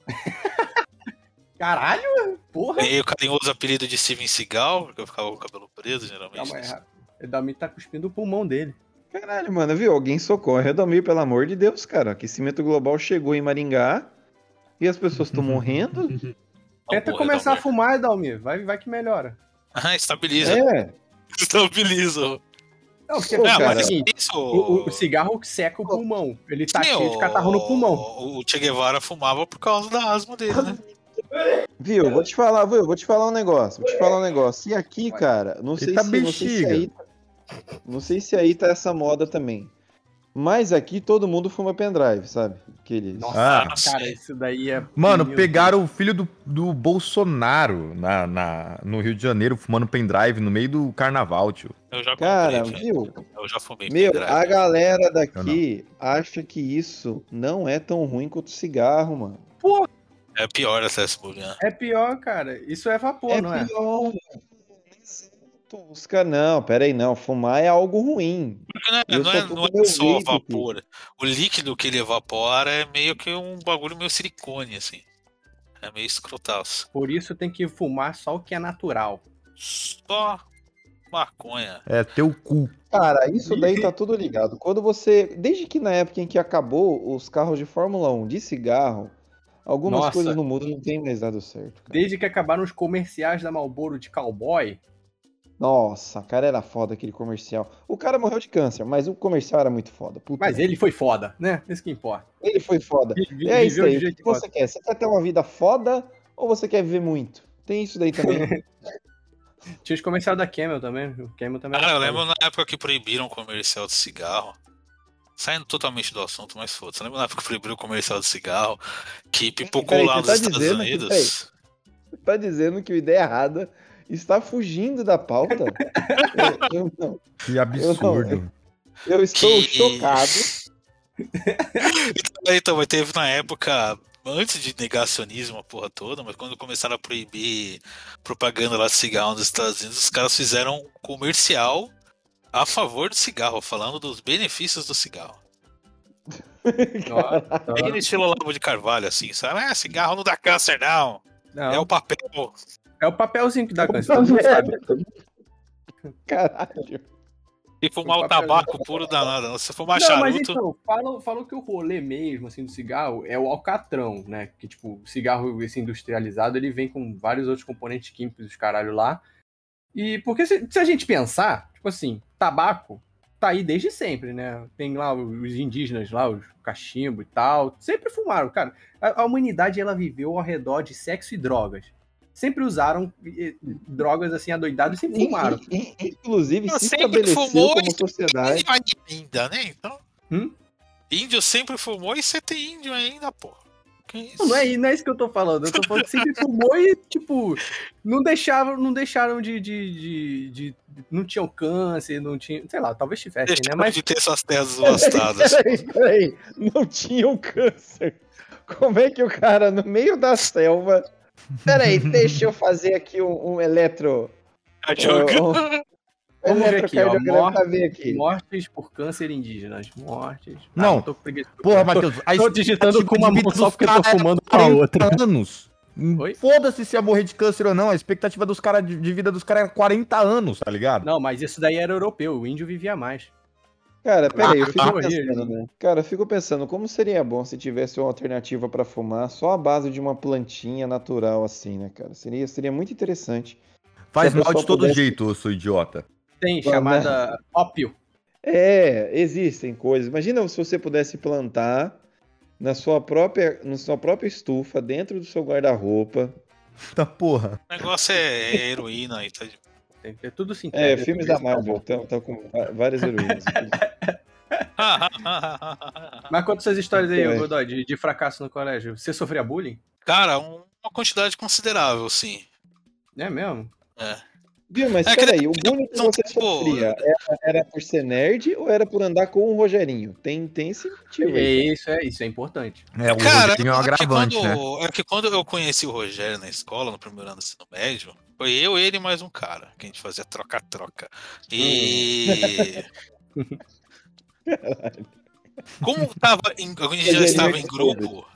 Caralho, porra! Ganhei o carinhoso apelido de Steven Seagal, porque eu ficava com o cabelo preso, geralmente. Calma aí, o Dalmir tá cuspindo o pulmão dele. Caralho, mano, viu? Alguém socorre. Adalmir, pelo amor de Deus, cara. O aquecimento global chegou em Maringá e as pessoas estão morrendo. Tenta começar a fumar, Dalmir. Vai que melhora. Ah, estabiliza. Estabiliza. Não, porque cara, assim, o cigarro seca o pulmão. Ele tá cheio de catarro no pulmão. O Che Guevara fumava por causa da asma dele, né? Viu? Vou te falar um negócio. E aqui, cara, não sei se aí tá essa moda também. Mas aqui todo mundo fuma pendrive, sabe? Aqueles... Nossa, cara, isso daí é... Mano, pegaram o filho do Bolsonaro no Rio de Janeiro fumando pendrive no meio do carnaval, tio. Eu já Cara, comprei, viu? Eu já fumei Meu, pendrive. a galera daqui acha que isso não é tão ruim quanto cigarro, mano. Pô, É pior essa bolinha. é pior, cara. Isso é vapor, não é? Pior. Os caras, não, pera aí, não. Fumar é algo ruim. Porque Eu não só é, tô não com é meu só vape aqui. vapor. O líquido que ele evapora é meio que um bagulho meio silicone, assim. É meio escrotaço. Por isso tem que fumar só o que é natural. Só maconha. É teu cu. Cara, isso daí tá tudo ligado. Desde que na época em que acabou os carros de Fórmula 1 de cigarro, algumas Nossa. coisas no mundo não tem mais dado certo, cara. Desde que acabaram os comerciais da Marlboro de cowboy. Nossa, cara, era foda aquele comercial. O cara morreu de câncer, mas o comercial era muito foda. Puta Mas ele foi foda, né? Isso que importa. Ele foi foda. Viveu É isso aí. de O jeito que você quer? Você quer ter uma vida foda ou você quer viver muito? Tem isso daí também. Tinha os comerciais da Camel também. O Camel também Cara, eu era foda. lembro na época que proibiram o comercial de cigarro. Saindo totalmente do assunto, mas foda-se. Eu lembro na época que proibiram o comercial de cigarro, que pipocou Peraí, lá você nos tá Estados dizendo Unidos. Você tá dizendo que o Ideia Errada está fugindo da pauta? eu não. Que absurdo. Eu estou Que- chocado. Então, mas teve na época, antes de negacionismo, a porra toda, mas quando começaram a proibir propaganda lá de cigarro nos Estados Unidos, os caras fizeram um comercial a favor do cigarro, falando dos benefícios do cigarro. Bem no estilo Olavo de Carvalho, assim, sabe? Ah, cigarro não dá câncer, não. Não, É o papel. é o papelzinho que dá câncer. Todo mundo sabe. Caralho. E fumar o papel. tabaco puro danado. Se fumar Não, mas charuto. então, falam que o rolê mesmo, assim, do cigarro é o alcatrão, né? Que, tipo, o cigarro esse industrializado, ele vem com vários outros componentes químicos, os caralho lá. E porque se a gente pensar, tipo assim, tabaco tá aí desde sempre, né? Tem lá os indígenas lá, os cachimbo e tal, sempre fumaram, cara. A humanidade, ela viveu ao redor de sexo e drogas. Sempre usaram drogas, assim, adoidados e sempre fumaram. Inclusive, Não, se sempre estabeleceu fumou como e sociedade. Índio ainda, né? Então. Índio sempre fumou e você tem índio ainda, pô. Que isso? Não é isso que eu tô falando. Eu tô falando que sempre fumou e, tipo, não deixaram não tinham câncer, não tinha. Sei lá, talvez tivessem, né? Deixaram Mas de ter suas terras devastadas. Peraí, não tinham câncer. Como é que o cara, no meio da selva... Peraí, deixa eu fazer aqui um eletro... vamos ver aqui, ó. eletrocardiograma pra ver aqui. Mortes por câncer indígenas. Mortes. Não. Tô com preguiça. Porra, Matheus, Tô digitando com uma mão só porque eu tô fumando com a 40 outra. anos. Oi? Foda-se se ia morrer de câncer ou não. A expectativa dos caras de vida dos caras era 40 anos, tá ligado? Não, mas isso daí era europeu. O índio vivia mais. Cara, peraí, eu fico morrer, pensando, né? Cara, eu fico pensando, como seria bom se tivesse uma alternativa pra fumar só a base de uma plantinha natural assim, né, cara? Seria muito interessante. Faz Se a mal de pessoa todo pudesse- jeito, eu sou idiota. Tem chamada ópio. Existem coisas. Imagina se você pudesse plantar na sua própria estufa, dentro do seu guarda-roupa. Tá porra. O negócio é heroína aí, tá de... É tudo sintético. Filmes da Marvel, estão com várias heroínas. Mas conta suas histórias aí, É. Godoy, de fracasso no colégio. Você sofria bullying? Cara, uma quantidade considerável, sim. É mesmo? É. Viu, mas É que peraí, o bullying que não, você tipo, sofria era por ser nerd ou era por andar com o Rogerinho? Tem esse motivo aí. Isso é importante. É, o Cara, Rogerinho é um agravante, né? é que quando eu conheci o Rogério na escola, no primeiro ano do ensino médio, foi eu, ele e mais um cara, que a gente fazia troca-troca. E... Como a gente já estava em grupo,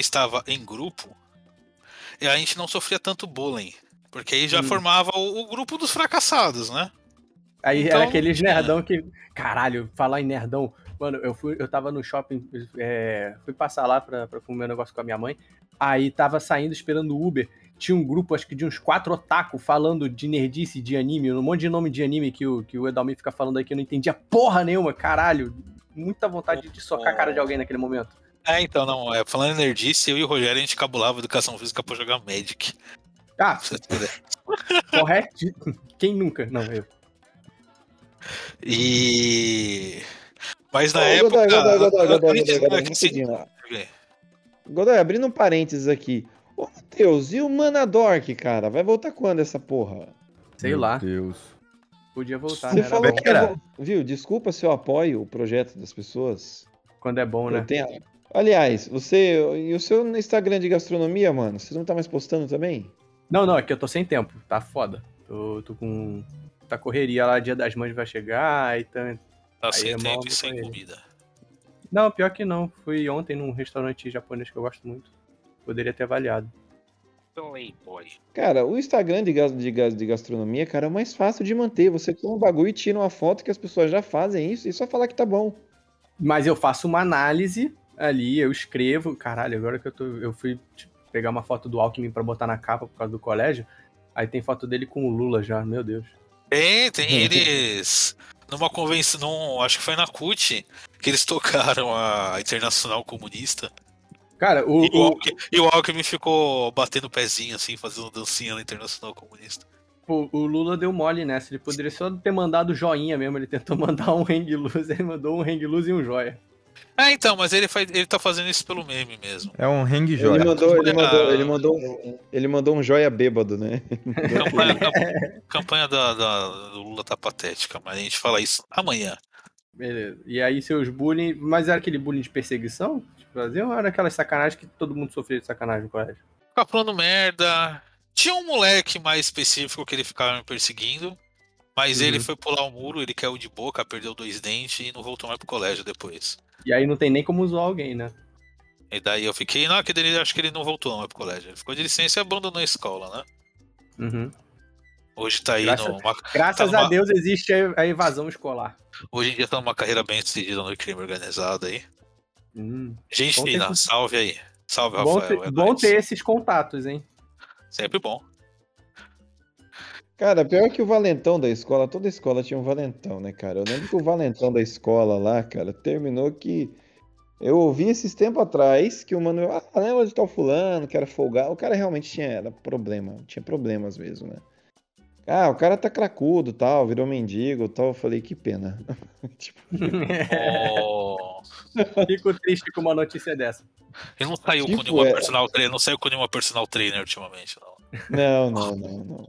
e a gente não sofria tanto bullying. Porque aí já formava o grupo dos fracassados, né? Aí Então, era aqueles nerdão que... Caralho, falar em nerdão... Mano, eu tava no shopping, fui passar lá pra comer um negócio com a minha mãe, aí tava saindo esperando o Uber, tinha um grupo, acho que de uns 4 otaku falando de nerdice, de anime, um monte de nome de anime que o Edalmi fica falando aí que eu não entendia porra nenhuma, caralho. Muita vontade de socar a cara de alguém naquele momento. Então, não, falando em nerdice, eu e o Rogério, a gente cabulava educação física pra jogar Magic. Ah, Pra você ter ideia. correto? Quem nunca? Não, eu. Mas na Ô, época... Godoy, abrindo um parênteses aqui. Ô, Matheus, e o Manadork, cara? Vai voltar quando essa porra? Sei Meu lá. Deus. Podia voltar, Você né? falou Era bom. que... Viu, desculpa se eu apoio o projeto das pessoas. Quando é bom, né? Eu tenho... Aliás, e o seu Instagram de gastronomia, mano? Você não tá mais postando também? Não, é que eu tô sem tempo. Tá foda. Tô com... Tá correria lá, Dia das Mães vai chegar e tá... Tá Aí sem é tempo mal e sem com ele. comida. Não, pior que não. Fui ontem num restaurante japonês que eu gosto muito. Poderia ter avaliado. Playboy. Cara, o Instagram de gastronomia, cara, é o mais fácil de manter. Você toma um bagulho e tira uma foto que as pessoas já fazem isso e só falar que tá bom. Mas eu faço uma análise ali, eu escrevo. Caralho, agora que eu fui pegar uma foto do Alckmin pra botar na capa por causa do colégio. Aí tem foto dele com o Lula já, meu Deus. Tem eles... Numa convenção, acho que foi na CUT, que eles tocaram a Internacional Comunista. Cara, E o Alckmin ficou batendo o pezinho, assim, fazendo dancinha na Internacional Comunista. o Lula deu mole nessa. Ele poderia só ter mandado joinha mesmo. Ele tentou mandar um hang loose, ele mandou um hang loose e um joia. Então, mas ele tá fazendo isso pelo meme mesmo. É um hang joia. Ele mandou um joia bêbado, né? Campanha do Lula tá patética, mas a gente fala isso amanhã. Beleza. E aí seus bullying... Mas era aquele bullying de perseguição? Tipo, faziam ou era aquela sacanagem que todo mundo sofria de sacanagem no colégio? Ficar falando merda. Tinha um moleque mais específico que ele ficava me perseguindo, mas ele foi pular o muro, ele caiu de boca, perdeu 2 dentes e não voltou mais pro colégio depois. E aí não tem nem como zoar alguém, né? E daí eu fiquei, não, acho que ele não voltou mais pro colégio. Ele ficou de licença e abandonou a escola, né? Uhum. Hoje tá aí Graças tá a Deus existe a evasão escolar. Hoje em dia tá numa carreira bem sucedida no crime organizado aí. Gente Bom ter fina, esse- salve aí. Salve, Bom, Rafael. bom nóis. ter esses contatos, hein? Sempre bom. Cara, pior que o valentão da escola, toda escola tinha um valentão, né, cara? Eu lembro que o valentão da escola lá, cara, terminou que... Eu ouvi esses tempos atrás que o Manuel... lembra de tal fulano, que era folgado. O cara realmente tinha problemas mesmo, né? Ah, o cara tá cracudo, tal, virou mendigo, tal. Eu falei, que pena. Tipo, Oh, Fico triste com uma notícia dessa. ele não saiu com tipo, nenhuma personal trainer, não saiu com nenhuma personal trainer ultimamente, não. não.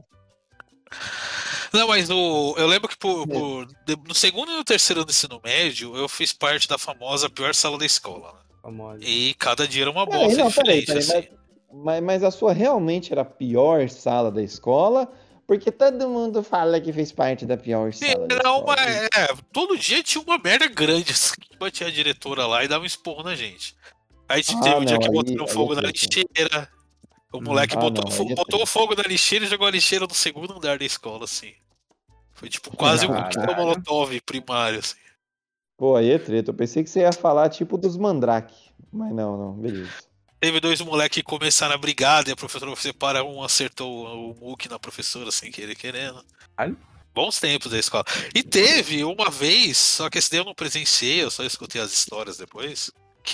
Não, mas eu lembro que no segundo e no terceiro ano do ensino médio, eu fiz parte da famosa pior sala da escola, né? Famosa. E cada dia era uma Peraí, bosta não, diferente, assim. mas a sua realmente era a pior sala da escola? Porque todo mundo fala que fez parte da pior sala da Era uma, escola. todo dia tinha uma merda grande, assim, que batia a diretora lá e dava um esporro na gente. Aí teve Ah, um dia não, que aí botaram é fogo na treta. lixeira. O moleque Ah, não, aí é botou treta. fogo na lixeira e jogou a lixeira no segundo andar da escola, assim. Foi tipo quase um coquetel Caralho. molotov primário, assim. Pô, aí é treta. Eu pensei que você ia falar tipo dos Mandrake. Mas não, beleza. Teve dois moleques que começaram a brigar, e a professora separa um, acertou o muque na professora sem querer querendo. Caralho. Bons tempos da escola. E teve uma vez, só que esse daí eu não presenciei, eu só escutei as histórias depois,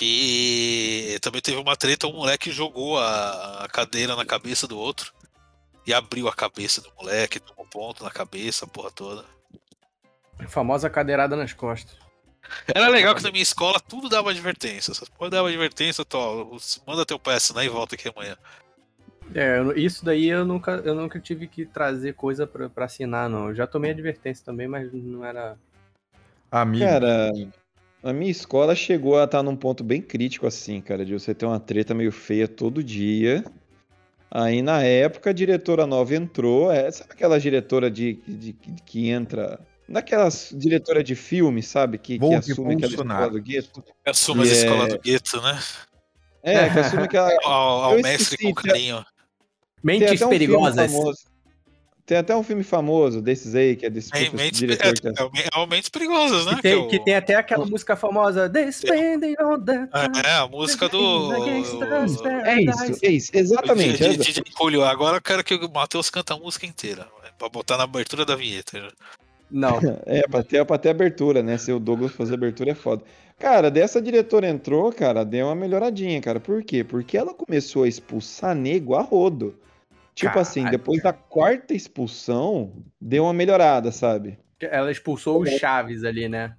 que também teve uma treta, um moleque jogou a cadeira na cabeça do outro e abriu a cabeça do moleque, tomou ponto na cabeça, a porra toda. Famosa cadeirada nas costas. Era legal que na minha escola tudo dava advertência. Essas porra dava advertência, manda teu pai assinar e volta aqui amanhã. Isso daí eu nunca tive que trazer coisa pra assinar, não. Eu já tomei advertência também, mas não era. Amigo. Cara, a minha escola chegou a estar num ponto bem crítico assim, cara, de você ter uma treta meio feia todo dia. Aí na época a diretora nova entrou, sabe aquela diretora que entra, daquelas diretora de filme, sabe, que Volpe assume aquela escola Bolsonaro. do gueto? Assume E as escolas do gueto, né? que assume aquela. Ao Eu mestre esqueci, com carinho. tem Mentes até um filme perigosas. famoso. Tem até um filme famoso desses aí, que é desse diretor que Realmente perigosas, né? Que tem até aquela música famosa Despending on the A música do. É isso, exatamente. DJ Julio. Agora eu quero que o Matheus canta a música inteira. Pra botar na abertura da vinheta. Não. Pra ter abertura, né? Se o Douglas fazer abertura é foda. Cara, dessa diretora entrou, cara, deu uma melhoradinha, cara. Por quê? Porque ela começou a expulsar nego a rodo. Tipo assim, Caralho. depois da quarta expulsão, deu uma melhorada, sabe? Ela expulsou os Chaves ali, né?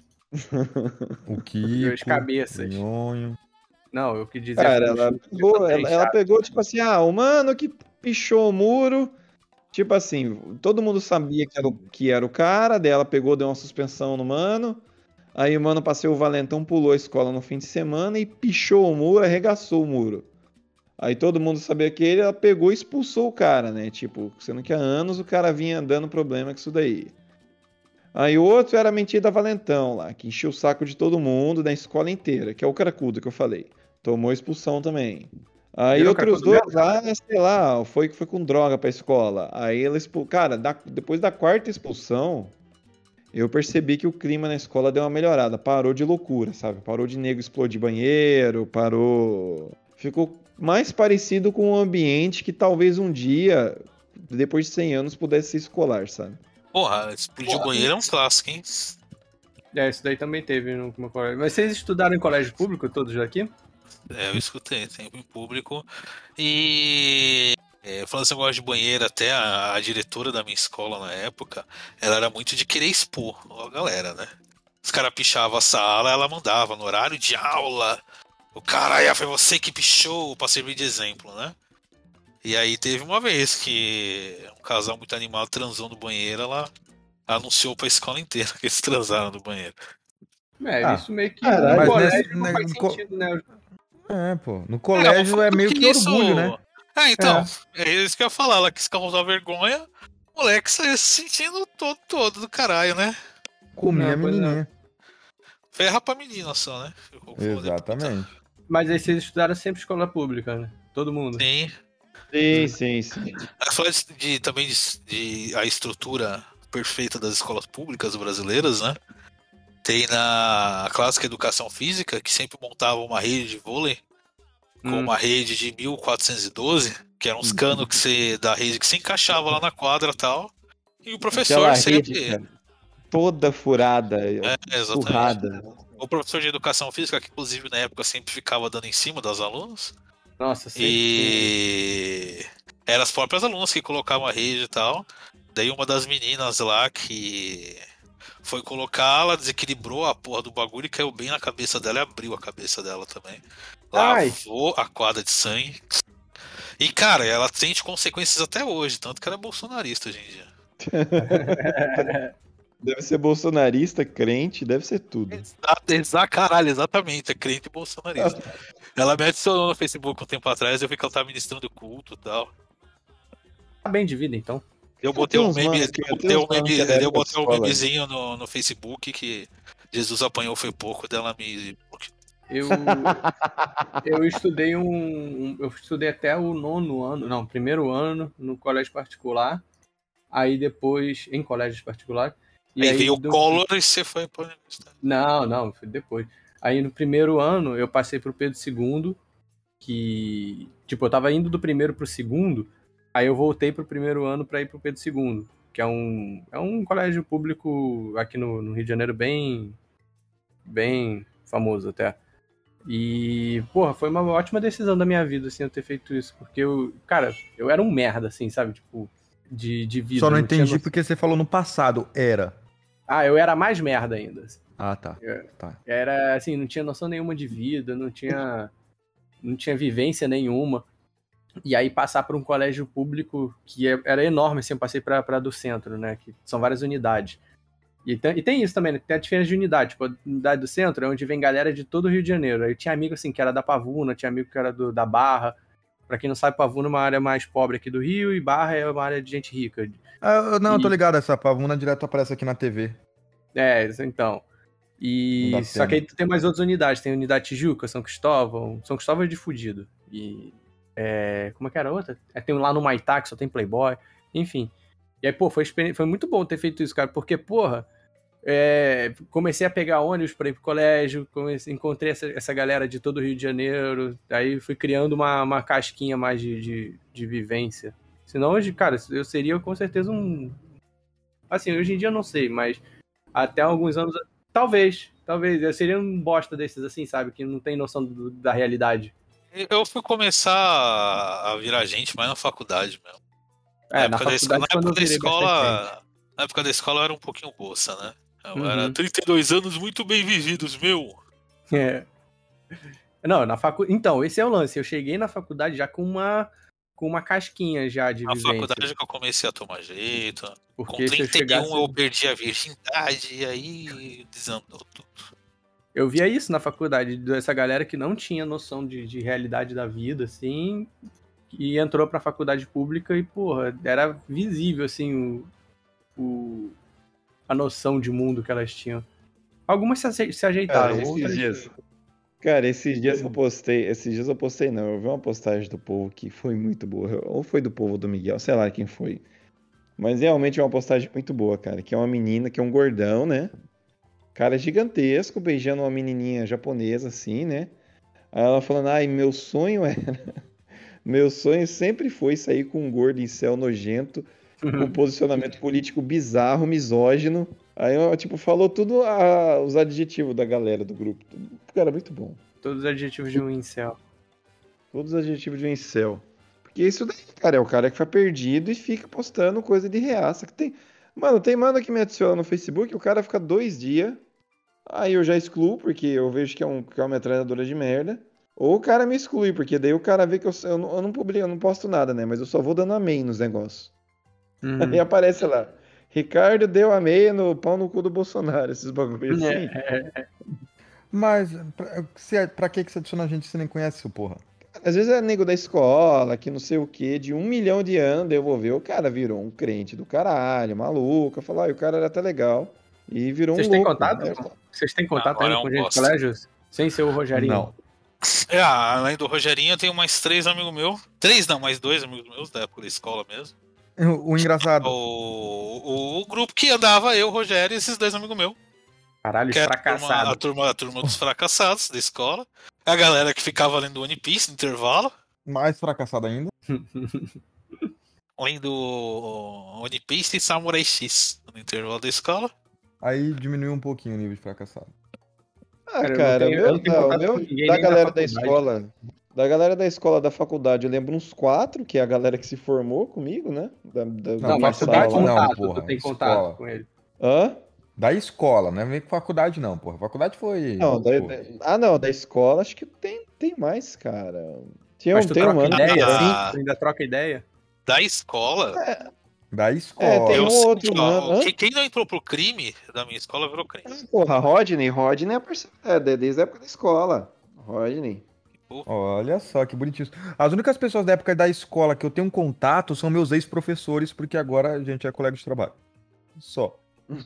O As Kiko, cabeças. o Nhonho. Não, eu quis dizer. Cara, expulsou três ela Chaves. pegou, tipo assim, o mano que pichou o muro. Tipo assim, todo mundo sabia que era o cara, daí ela pegou, deu uma suspensão no mano. Aí o mano passou o valentão, pulou a escola no fim de semana e pichou o muro, arregaçou o muro. Aí todo mundo sabia que ela pegou e expulsou o cara, né? Tipo, sendo que há anos o cara vinha dando problema com isso daí. Aí o outro era a mentira valentão lá, que encheu o saco de todo mundo, da escola inteira, que é o cracudo que eu falei. Tomou expulsão também. Aí Virou outros cracudo dois lá, sei lá, foi com droga pra escola. Aí ela expulsou. Cara, depois da quarta expulsão, eu percebi que o clima na escola deu uma melhorada. Parou de loucura, sabe? Parou de nego explodir banheiro, parou. Ficou mais parecido com um ambiente que talvez um dia, depois de 100 anos, pudesse ser escolar, sabe? Porra, explodir o banheiro é um clássico, hein? Isso daí também teve no meu colégio. Mas vocês estudaram em colégio público, todos daqui? Eu escutei, sempre em público. E falando esse negócio de banheiro, até a diretora da minha escola na época, ela era muito de querer expor a galera, né? Os caras pichavam a sala, ela mandava no horário de aula. O caralho, foi você que pichou, pra servir de exemplo, né? E aí teve uma vez que um casal muito animado transou no banheiro, ela anunciou pra escola inteira que eles transaram no banheiro. Isso meio que caralho, no mas colégio nesse- não faz no co- sentido, né? Pô. No colégio é meio que orgulho, né? Então, é isso que eu ia falar. Ela quis causar vergonha, o moleque saiu se sentindo todo do caralho, né? Comer a Não, pois menininha. Ferra pra menina só, né? Ficou foda, Exatamente. Mas aí vocês estudaram sempre escola pública, né? Todo mundo. Sim. Sim. Ela falou também de a estrutura perfeita das escolas públicas brasileiras, né? Tem na clássica educação física, que sempre montava uma rede de vôlei com uma rede de 1412, que eram uns canos da rede que se encaixava lá na quadra e tal. E o professor Aquela sempre. rede, cara, toda furada, Exatamente. surrada. O professor de educação física, que inclusive na época sempre ficava dando em cima das alunas. Nossa, sempre. E eram as próprias alunas que colocavam a rede e tal. Daí uma das meninas lá que foi colocá-la, desequilibrou a porra do bagulho e caiu bem na cabeça dela e abriu a cabeça dela também. Ai. Lavou a quadra de sangue. E, cara, ela sente consequências até hoje, tanto que ela é bolsonarista hoje em dia. Deve ser bolsonarista, crente, deve ser tudo. Caralho, exatamente, é crente bolsonarista. Ela me adicionou no Facebook um tempo atrás, eu vi que ela tava ministrando culto e tal. Tá bem de vida, então. Eu botei um meme, eu botei um escola. memezinho no Facebook que Jesus apanhou foi pouco, dela me. Eu estudei eu estudei até o 9º ano, não, 1º ano no colégio particular, aí depois em colégio particular. E aí veio o Collor e você foi para universidade. Não, foi depois. Aí no 1º ano eu passei pro Pedro II, que tipo, eu tava indo do 1º pro 2º, aí eu voltei pro 1º ano para ir pro Pedro II, que é um colégio público aqui no Rio de Janeiro bem famoso até. E, porra, foi uma ótima decisão da minha vida, assim, eu ter feito isso. Porque eu era um merda, assim, sabe? Tipo, de vida. Só não entendi porque você falou no passado, era. Ah, eu era mais merda ainda. Ah, tá. Era, assim, não tinha noção nenhuma de vida, não tinha vivência nenhuma. E aí passar para um colégio público que era enorme, assim, eu passei para do centro, né? Que são várias unidades. E tem isso também, né? Tem a diferença de unidade. Tipo, a unidade do centro é onde vem galera de todo o Rio de Janeiro. Aí eu tinha amigo, assim, que era da Pavuna, tinha amigo que era da Barra. Pra quem não sabe, Pavuna é uma área mais pobre aqui do Rio e Barra é uma área de gente rica. Não, tô ligado, essa Pavuna direto aparece aqui na TV. É, então. E só que aí tem mais outras unidades. Tem a unidade Tijuca, São Cristóvão. São Cristóvão é de fudido. E como é que era a outra? Tem lá no Maitá, que só tem Playboy. Enfim. E aí, pô, foi muito bom ter feito isso, cara. Porque, porra, comecei a pegar ônibus pra ir pro colégio. Encontrei essa galera de todo o Rio de Janeiro. Aí fui criando uma casquinha mais de vivência. Senão hoje, cara, eu seria com certeza um... Assim, hoje em dia eu não sei, mas até alguns anos... Talvez. Eu seria um bosta desses, assim, sabe? Que não tem noção da realidade. Eu fui começar a virar gente, mas na faculdade mesmo. Na época da escola eu era um pouquinho bolsa, né? Eu era 32 anos muito bem vividos, meu. Não, então, esse é o lance. Eu cheguei na faculdade já com uma casquinha já de vivência. Na faculdade que eu comecei a tomar jeito. Porque com 31 eu perdi a virgindade e aí desandou tudo. Eu via isso na faculdade, dessa galera que não tinha noção de realidade da vida, assim, e entrou pra faculdade pública e, porra, era visível, assim, a noção de mundo que elas tinham. Algumas se ajeitaram, outras... Cara, esses dias eu postei, não, eu vi uma postagem do Povo que foi muito boa, ou foi do Povo ou do Miguel, sei lá quem foi, mas realmente é uma postagem muito boa, cara, que é uma menina, que é um gordão, né, cara gigantesco, beijando uma menininha japonesa, assim, né, aí ela falando, meu sonho sempre foi sair com um gordo incel nojento, com posicionamento político bizarro, misógino. Aí, tipo, falou tudo os adjetivos da galera do grupo. Cara, muito bom. Todos os adjetivos de um incel. Todos os adjetivos de um incel. Porque isso daí, cara, é o cara que fica perdido e fica postando coisa de reaça. Tem mano que me adiciona no Facebook, o cara fica 2 dias, aí eu já excluo, porque eu vejo que é uma metralhadora de merda. Ou o cara me exclui, porque daí o cara vê que eu não publico, eu não posto nada, né? Mas eu só vou dando amém nos negócios. Aí aparece lá, Ricardo deu amém no pau no cu do Bolsonaro, esses bagulhos assim. Mas pra que você adiciona a gente se você nem conhece isso, porra? Às vezes é nego da escola, que não sei o que, de 1 milhão de anos, eu vou ver, o cara virou um crente do caralho, maluco, falar, o cara era até legal, e virou Vocês um louco. Vocês têm contato ainda com gente de colégio? Sem ser o Rogerinho? Não. Além do Rogerinho, eu tenho mais 3 amigos meus. 3 não, mais 2 amigos meus da época da escola mesmo. O engraçado. O grupo que andava eu, Rogério e esses 2 amigos meus. Caralho, que fracassado. A turma dos fracassados da escola. A galera que ficava lendo One Piece no intervalo. Mais fracassado ainda. Lendo One Piece e Samurai X no intervalo da escola. Aí diminuiu um pouquinho o nível de fracassado. Cara, o meu da galera da escola, Da galera da escola, da faculdade, eu lembro uns 4, que é a galera que se formou comigo, né? Não, mas tu tem faculdade sala lá. não, contato, porra, tu tem escola. contato com ele. Hã? Da escola, não é meio que faculdade não, porra. Faculdade foi... Não, pô, não, da escola acho que tem mais, cara. Mas tu Tem um troca mano que ideia, era- assim? Tu ainda troca ideia? Da escola? Da tem escola. Eu um sei outro que, mano. ó, Hã? quem não entrou pro crime da minha escola virou crime. Porra, Rodney é parceiro, desde a época da escola. Rodney. Olha só, que bonitinho. As únicas pessoas da época da escola que eu tenho um contato são meus ex-professores, porque agora a gente é colega de trabalho. Só.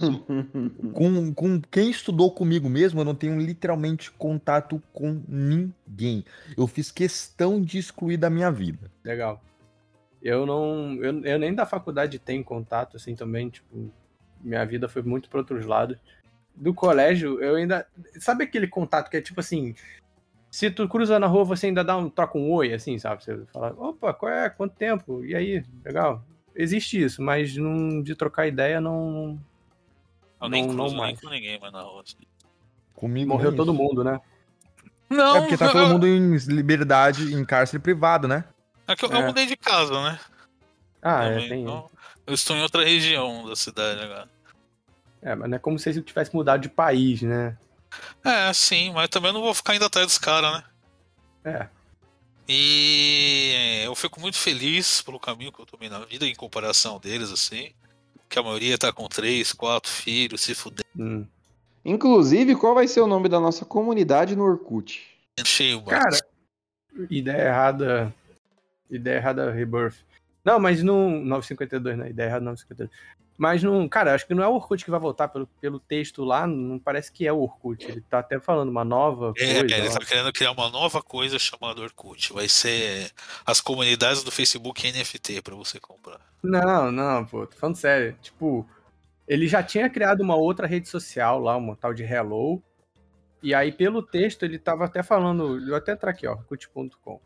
Com quem estudou comigo mesmo, eu não tenho literalmente contato com ninguém. Eu fiz questão de excluir da minha vida. Legal. Eu não. Eu nem da faculdade tenho contato, assim, também. Tipo, minha vida foi muito para outros lados. Do colégio, eu ainda. Sabe aquele contato que é tipo assim. Se tu cruza na rua, você ainda troca um oi, assim, sabe? Você fala, opa, qual é? Quanto tempo? E aí? Legal. Existe isso, mas de trocar ideia não. Eu nem Não cruzo nem mais. com ninguém mais na rua. Comigo Morreu nem todo isso. mundo, né? Não, É porque tá todo mundo em liberdade, em cárcere privado, né? é que eu É. mudei de casa, né? Ah, Também. tem. Então, eu estou em outra região da cidade agora. Mas não é como se ele tivesse mudado de país, né? É, sim, mas também não vou ficar indo atrás dos caras, né? É. E eu fico muito feliz pelo caminho que eu tomei na vida em comparação deles, assim. Que a maioria tá com 3, 4 filhos, se fuder. Inclusive, qual vai ser o nome da nossa comunidade no Orkut? Cheio, Cara, ideia errada. Ideia errada Rebirth. Não, mas não. 952, né? Ideia errada 952. Mas não. Cara, acho que não é o Orkut que vai voltar pelo texto lá. Não parece que é o Orkut. Ele tá até falando uma nova coisa. ele lá. tá querendo criar uma nova coisa chamada Orkut. Vai ser as comunidades do Facebook NFT pra você comprar. Não, pô. Tô falando sério. Tipo, ele já tinha criado uma outra rede social lá, uma tal de Hello. E aí, pelo texto, ele tava até falando. Eu até entrar aqui, ó. Orkut.com.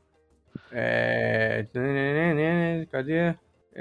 Cadê?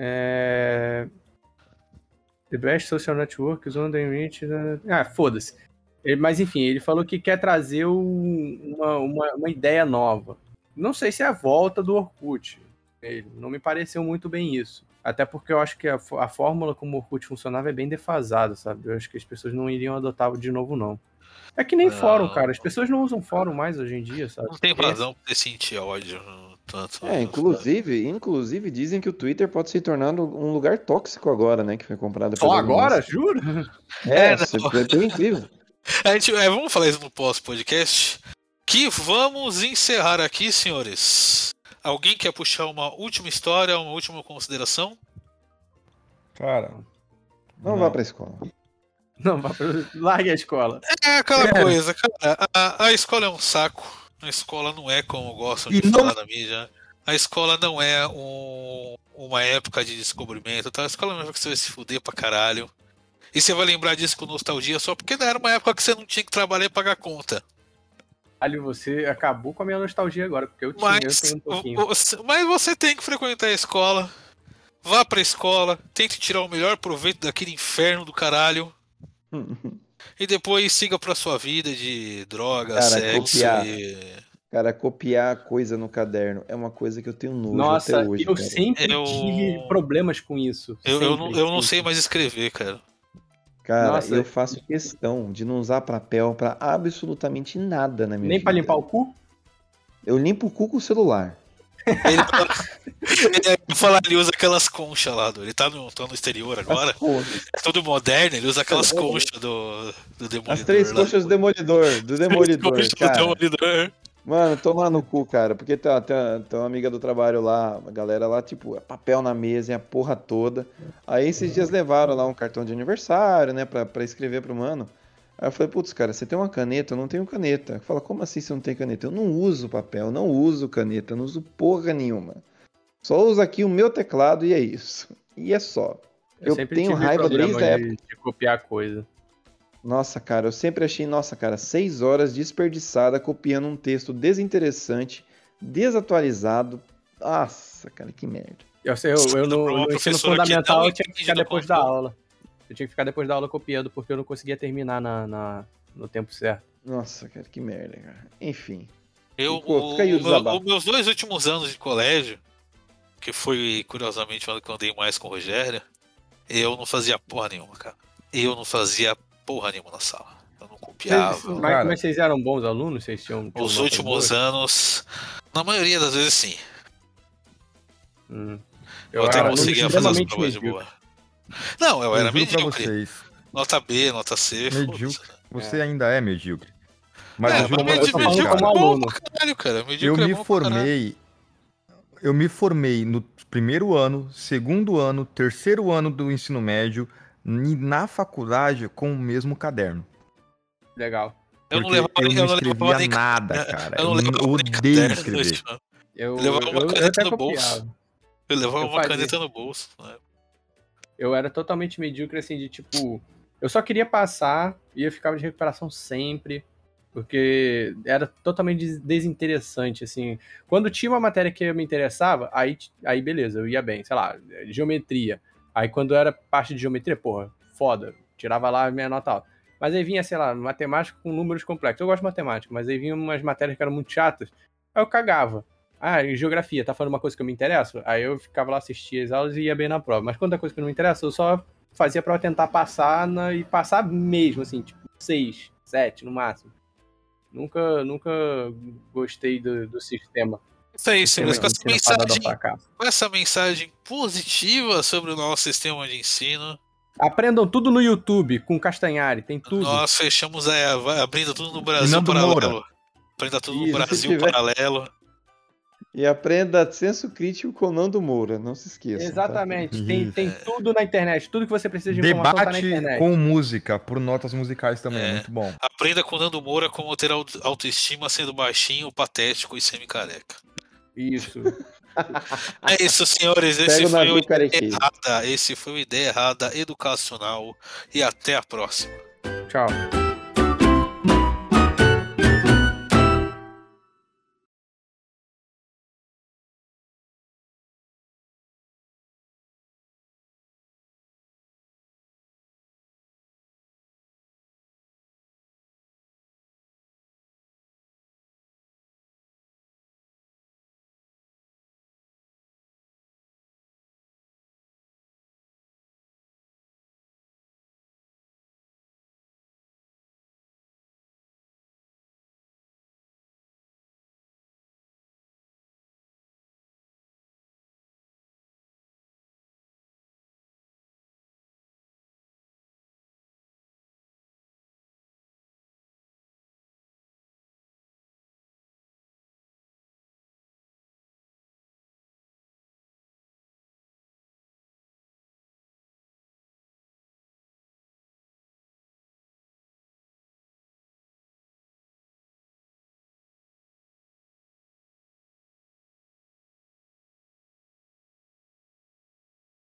The best social network is on the reach. Foda-se. Mas enfim, ele falou que quer trazer uma ideia nova. Não sei se é a volta do Orkut. Não me pareceu muito bem isso. Até porque eu acho que a fórmula como o Orkut funcionava é bem defasada, sabe? Eu acho que as pessoas não iriam adotar de novo, não. É que nem Não. fórum, cara. As pessoas não usam fórum mais hoje em dia, sabe? Não tem razão pra você sentir ódio tanto. Inclusive dizem que o Twitter pode se tornar um lugar tóxico agora, né? Que foi comprado Só pelo agora? Musk. Juro? não. É bem incrível. Vamos falar isso no pós-podcast. Que vamos encerrar aqui, senhores. Alguém quer puxar uma última história, uma última consideração? Cara. Não vá pra escola. Não, largue a escola. É aquela coisa, cara. A escola é um saco. A escola não é como gostam de E não- falar na mídia. A escola não é uma época de descobrimento. Tá? A escola é uma época que você vai se fuder pra caralho. E você vai lembrar disso com nostalgia só porque não era uma época que você não tinha que trabalhar e pagar conta. Ali, você acabou com a minha nostalgia agora, porque eu tenho um pouquinho. Mas você tem que frequentar a escola. Vá pra escola. Tente tirar o melhor proveito daquele inferno do caralho. E depois siga pra sua vida de droga, Cara, sexo copiar. e... Cara, copiar coisa no caderno é uma coisa que eu tenho nojo Nossa, até hoje, eu cara. sempre tive problemas com isso. Eu não sempre. sei mais escrever, cara. Cara, Nossa. eu faço questão de não usar papel pra absolutamente nada na minha Nem vida. pra limpar o cu? Eu limpo o cu com o celular. Ele usa aquelas conchas lá, ele tá no exterior agora, é tudo moderno, ele usa aquelas conchas do Demolidor. As 3 lá. conchas do Demolidor. Do Demolidor, Conchas do cara. Demolidor. Mano, toma no cu, cara. Porque tem uma amiga do trabalho lá, a galera lá, tipo, é papel na mesa e a porra toda. Aí esses dias levaram lá um cartão de aniversário, né, pra escrever pro mano. Aí eu falei, putz, cara, você tem uma caneta? Eu não tenho caneta. Fala, como assim você não tem caneta? Eu não uso papel, não uso caneta, não uso porra nenhuma. Só uso aqui o meu teclado e é isso. E é só. Eu sempre tenho tive raiva problema desde a época. de copiar coisa. Nossa, cara, eu sempre achei, 6 horas desperdiçada copiando um texto desinteressante, desatualizado. Nossa, cara, que merda. No ensino professor aqui fundamental não eu tinha que ficar entende do depois da conteúdo. aula. Eu tinha que ficar depois da aula copiando, porque eu não conseguia terminar no tempo certo. Nossa, cara, que merda, cara. Enfim. Fica aí o desabafo. Os meus 2 últimos anos de colégio, que foi, curiosamente, o ano que eu andei mais com o Rogério, eu não fazia porra nenhuma, cara. Eu não fazia porra nenhuma na sala. Eu não copiava. Mas vocês eram bons alunos? Vocês tinham Os notas últimos boas? anos, na maioria das vezes, sim. Eu até era aluno conseguia fazer as extremamente provas de medíocre. boa. Não, eu era juro pra medíocre. vocês. Nota B, nota C. Medíocre. foda-se. Você ainda é medíocre. Mas eu juro pra eu tô vocês, falando cara. como é bom aluno. pra caralho, cara. Eu Medíocre é me bom pra caralho. formei. Eu me formei no primeiro ano, segundo ano, terceiro ano do ensino médio, na faculdade com o mesmo caderno. Legal. Eu não Porque levava eu nem- não eu não escrevia levava nem nada, cara. Eu Eu não levava nem odeio caderno, escrever. tipo, Eu levava uma caneta até no bolso. copiava. Eu levava Eu uma fazia. caneta no bolso. Né? Eu era totalmente medíocre, assim, de tipo. Eu só queria passar e eu ficava de recuperação sempre, porque era totalmente desinteressante, assim. Quando tinha uma matéria que me interessava, aí beleza, eu ia bem, sei lá, geometria. Aí quando era parte de geometria, porra, foda, tirava lá a minha nota alta. Mas aí vinha, sei lá, matemática com números complexos. Eu gosto de matemática, mas aí vinha umas matérias que eram muito chatas, aí eu cagava. Ah, em geografia, tá falando uma coisa que eu me interesso? Aí eu ficava lá, assistia as aulas e ia bem na prova. Mas quando é coisa que não me interessa, eu só fazia pra tentar passar e passar mesmo, assim, tipo, 6, 7 no máximo. Nunca gostei do sistema. Isso aí, senhores. Com Com essa mensagem positiva sobre o nosso sistema de ensino, Aprendam tudo no YouTube, com Castanhari, tem tudo. nós fechamos abrindo tudo no Brasil Nando paralelo. Moura. Aprenda tudo no Isso, se Brasil tiver. paralelo. E aprenda senso crítico com Nando Moura, não se esqueça. Exatamente, Isso. tem tudo na internet, tudo que você precisa de informação tá na Debate internet. com música, por notas musicais também, É. muito bom. Aprenda com Nando Moura como ter autoestima sendo baixinho, patético e semi-careca. Isso. É isso, senhores. Pega Esse o foi o navio Ideia carequeiro. Errada. Esse foi o Ideia Errada Educacional. E até a próxima. Tchau.